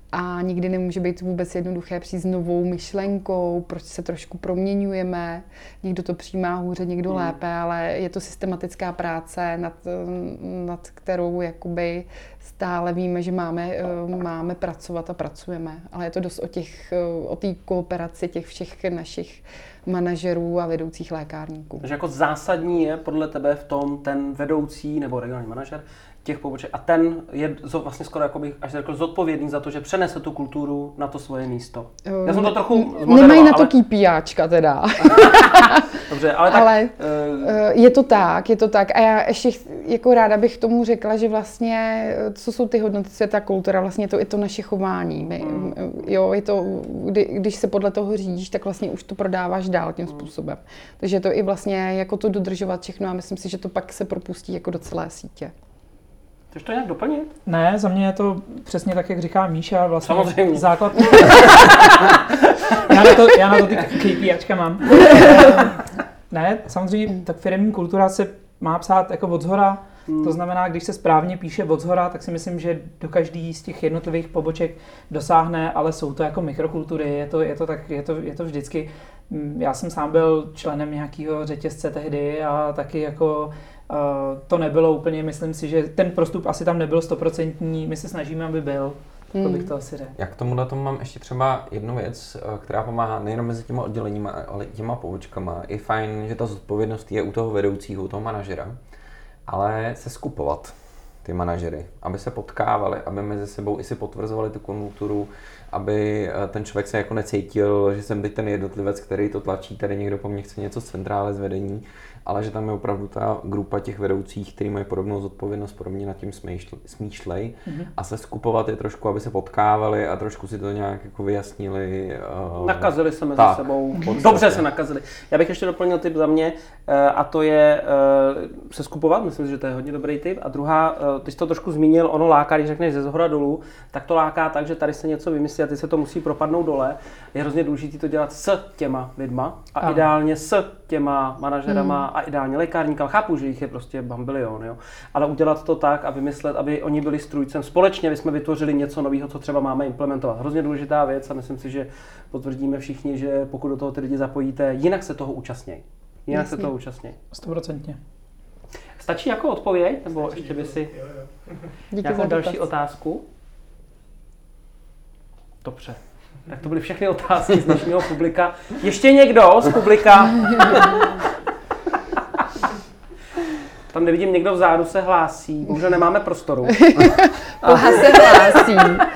a nikdy nemůže být vůbec jednoduché přijít s novou myšlenkou, proč se trošku proměňujeme, někdo to přijímá hůře, někdo Hmm. lépe, ale je to systematická práce, nad, nad kterou jakoby stále víme, že máme, máme pracovat a pracujeme, ale je to dost o těch, o té kooperaci těch všech našich manažerů a vedoucích lékárníků. Takže jako zásadní je podle tebe v tom ten vedoucí nebo regionální manažer těch poboček a ten je zo- vlastně skoro jako bych až řekl zodpovědný za to, že přenese tu kulturu na to svoje místo. Já jsem to trochu zmoderoval, Nemají na to ale... KPIčka teda. Dobře, ale tak... Ale uh... je to tak, je to tak. A já ještě jako ráda bych tomu řekla, že vlastně, co jsou ty hodnoty, co je ta kultura, vlastně to je to naše chování. My, Mm. jo, je to, kdy, když se podle toho řídíš, tak vlastně už to prodáváš dál tím způsobem. Takže to i vlastně jako to dodržovat všechno a myslím si, že to pak se propustí jako do celé sítě. Chceš to nějak doplnit? Ne, za mě je to přesně tak, jak říká Míša, vlastně Samozřejmě. základ. já, na to, já na to ty KPIčka mám. Ne, samozřejmě, tak firemní kultura se má psát jako odzhora. Hmm. To znamená, když se správně píše odzhora, tak si myslím, že do každý z těch jednotlivých poboček dosáhne, ale jsou to jako mikrokultury, je to, je to, tak, je to, je to vždycky. Já jsem sám byl členem nějakého řetězce tehdy a taky jako Uh, to nebylo úplně, myslím si, že ten prostup asi tam nebyl stoprocentní, my se snažíme, aby byl, mm. to bych to asi řekl. Já k tomuhle tomu mám ještě třeba jednu věc, která pomáhá nejenom mezi těma odděleníma, ale i těma pobočkama. Je fajn, že ta zodpovědnost je u toho vedoucího, u toho manažera, ale se skupovat ty manažery, aby se potkávali, aby mezi sebou i si potvrzovali tu kulturu, aby ten člověk se jako necítil, že jsem teď ten jednotlivec, který to tlačí, tady někdo po mně chce něco z centrály, z vedení, ale že tam je opravdu ta grupa těch vedoucích, kteří mají podobnou zodpovědnost, podobně nad tím smýšlej mm-hmm. a se skupovat je trošku, aby se potkávali a trošku si to nějak jako vyjasnili. Uh, nakazili se mezi tak, sebou, dobře se nakazili. Já bych ještě doplnil tip za mě uh, a to je uh, se skupovat, myslím, že to je hodně dobrý tip. A druhá, uh, ty jsi to trošku zmínil, ono láká, když řekneš ze zhora dolů, tak to láká tak, že tady se něco vymyslí a ty se to musí propadnout dole. Je hrozně důležité to dělat s těma lidma a ano. ideálně s těma manažerama hmm. a ideálně lékárníkama. Chápu, že jich je prostě bambilion, jo. Ale udělat to tak a vymyslet, aby oni byli strůjcem. Společně jsme vytvořili něco nového, co třeba máme implementovat. Hrozně důležitá věc a myslím si, že potvrdíme všichni, že pokud do toho ty lidi zapojíte, jinak se toho účastnějí. Jinak Jasně. se toho účastnějí. Stoprocentně. Stačí jako odpověď? Nebo Stačí, ještě by si nějakou další otázku? Dobře. Tak to byly všechny otázky z dnešního publika. Ještě někdo z publika? Tam nevidím, někdo vzadu se hlásí. Bohužel nemáme prostoru. Aha, se hlásí.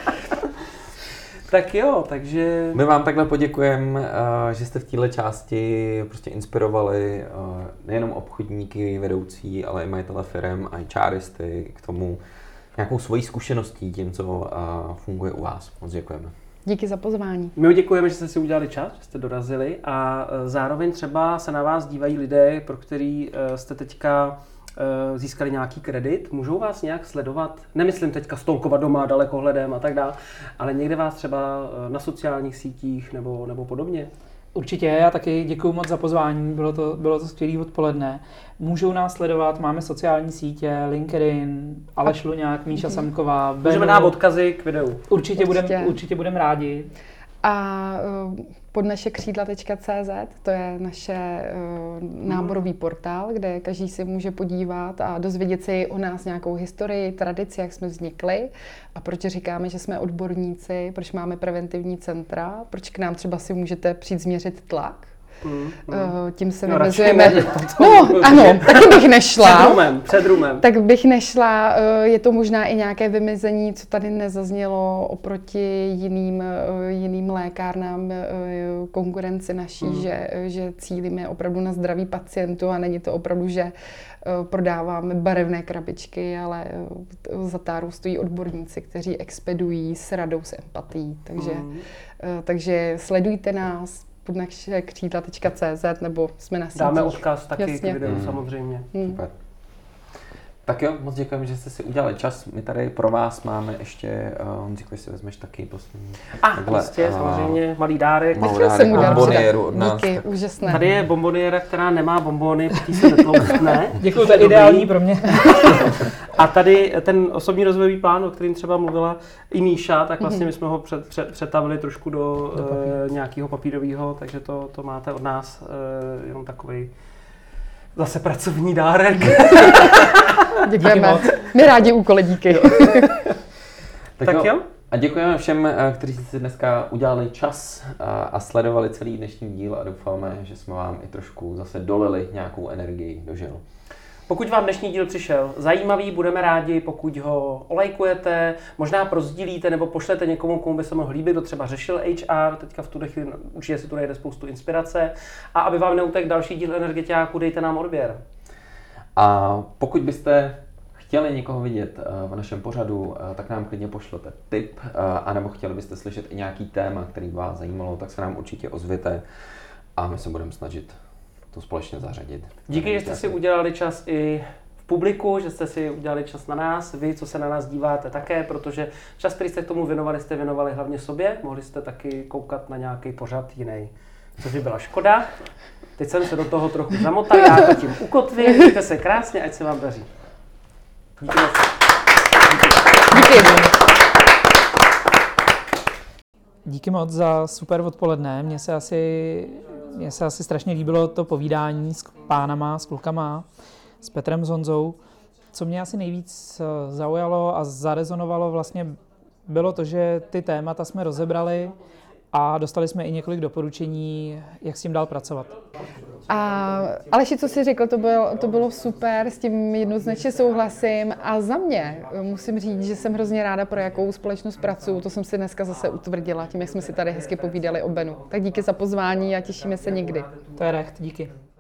Tak jo, takže... My vám takhle poděkujeme, že jste v této části prostě inspirovali nejenom obchodníky, vedoucí, ale i majitele firem a HRisty k tomu nějakou svojí zkušeností tím, co funguje u vás. Moc děkujeme. Díky za pozvání. My děkujeme, že jste si udělali čas, že jste dorazili a zároveň třeba se na vás dívají lidé, pro který jste teďka získali nějaký kredit, můžou vás nějak sledovat, nemyslím teďka stolkovat doma dalekohledem a tak dále, ale někde vás třeba na sociálních sítích nebo, nebo podobně? Určitě, já taky děkuju moc za pozvání, bylo to, bylo to skvělý odpoledne. Můžou nás sledovat, máme sociální sítě, LinkedIn, Aleš Luňák, Míša Samková, Benu. Můžeme dát odkazy k videu. Určitě, určitě. budeme určitě budem rádi. A pod naše křídla tečka cé zet, to je naše náborový portál, kde každý si může podívat a dozvědět si o nás nějakou historii, tradici, jak jsme vznikli a proč říkáme, že jsme odborníci, proč máme preventivní centra, proč k nám třeba si můžete přijít změřit tlak. Mm, mm. Tím se no, vymezujeme. No, ano, taky bych nešla. Před rumem, před rumem. Tak bych nešla. Je to možná i nějaké vymezení, co tady nezaznělo oproti jiným, jiným lékárnám, konkurenci naší, mm. že, že cílíme opravdu na zdraví pacientů a není to opravdu, že prodáváme barevné krabičky, ale za tárou stojí odborníci, kteří expedují s radou, s empatií. Takže, mm. takže sledujte nás pod naše křídla tečka cé zet nebo jsme na sítích. Dáme odkaz taky Jasně. k videu, mm. samozřejmě. Mm. Super. Tak jo, moc děkujeme, že jste si udělali čas. My tady pro vás máme ještě, uh, Honzíku, jestli vezmeš taky poslední. A ah, jistě, uh, samozřejmě, malý dárek. Malý Nechtěl jsem udělat bomboniéru od nás. Díky, úžasné. Tady je bomboniéra, která nemá bombony, protože se netloustne. Děkuju, to je ideální pro mě. A tady ten osobní rozvojový plán, o kterým třeba mluvila i Míša, tak vlastně my jsme ho před, před, přetavili trošku do, do uh, nějakého papírového, takže to, to máte od nás uh, jenom takovej zase pracovní dárek. Děkujeme. My rádi úkoly, díky. tak, tak jo. jo. A děkujeme všem, kteří si dneska udělali čas a, a sledovali celý dnešní díl a doufáme, že jsme vám i trošku zase dolili nějakou energii do žil. Pokud vám dnešní díl přišel zajímavý, budeme rádi, pokud ho olajkujete, možná prozdílíte nebo pošlete někomu, komu by se mohl líbit, kdo třeba řešil H R, teďka v tuhle chvíli určitě si tu najde spoustu inspirace. A aby vám neutek další díl Energetiáku, dejte nám odběr. A pokud byste chtěli někoho vidět v našem pořadu, tak nám klidně pošlete tip, anebo chtěli byste slyšet i nějaký téma, který vás zajímalo, tak se nám určitě ozvěte a my se budeme snažit to společně zařadit. Díky, že jste si udělali čas i v publiku, že jste si udělali čas na nás, vy, co se na nás díváte také, protože čas, který jste k tomu věnovali, jste věnovali hlavně sobě, mohli jste taky koukat na nějaký pořad jiný, což by byla škoda. Teď jsem se do toho trochu zamotal, já to tím ukotvím, mějte se krásně, ať se vám daří. Díky moc. Díky. Díky moc za super odpoledne. Mně se asi, mně se asi strašně líbilo to povídání s pánama, s klukama, s Petrem, s Honzou. Co mě asi nejvíc zaujalo a zarezonovalo vlastně bylo to, že ty témata jsme rozebrali a dostali jsme i několik doporučení, jak s tím dál pracovat. A Aleši, co jsi řekl, to bylo, to bylo super, s tím jednoznačně souhlasím a za mě musím říct, že jsem hrozně ráda, pro jakou společnost pracuju, to jsem si dneska zase utvrdila tím, jak jsme si tady hezky povídali o Benu. Tak díky za pozvání a těšíme se někdy. To je recht, díky.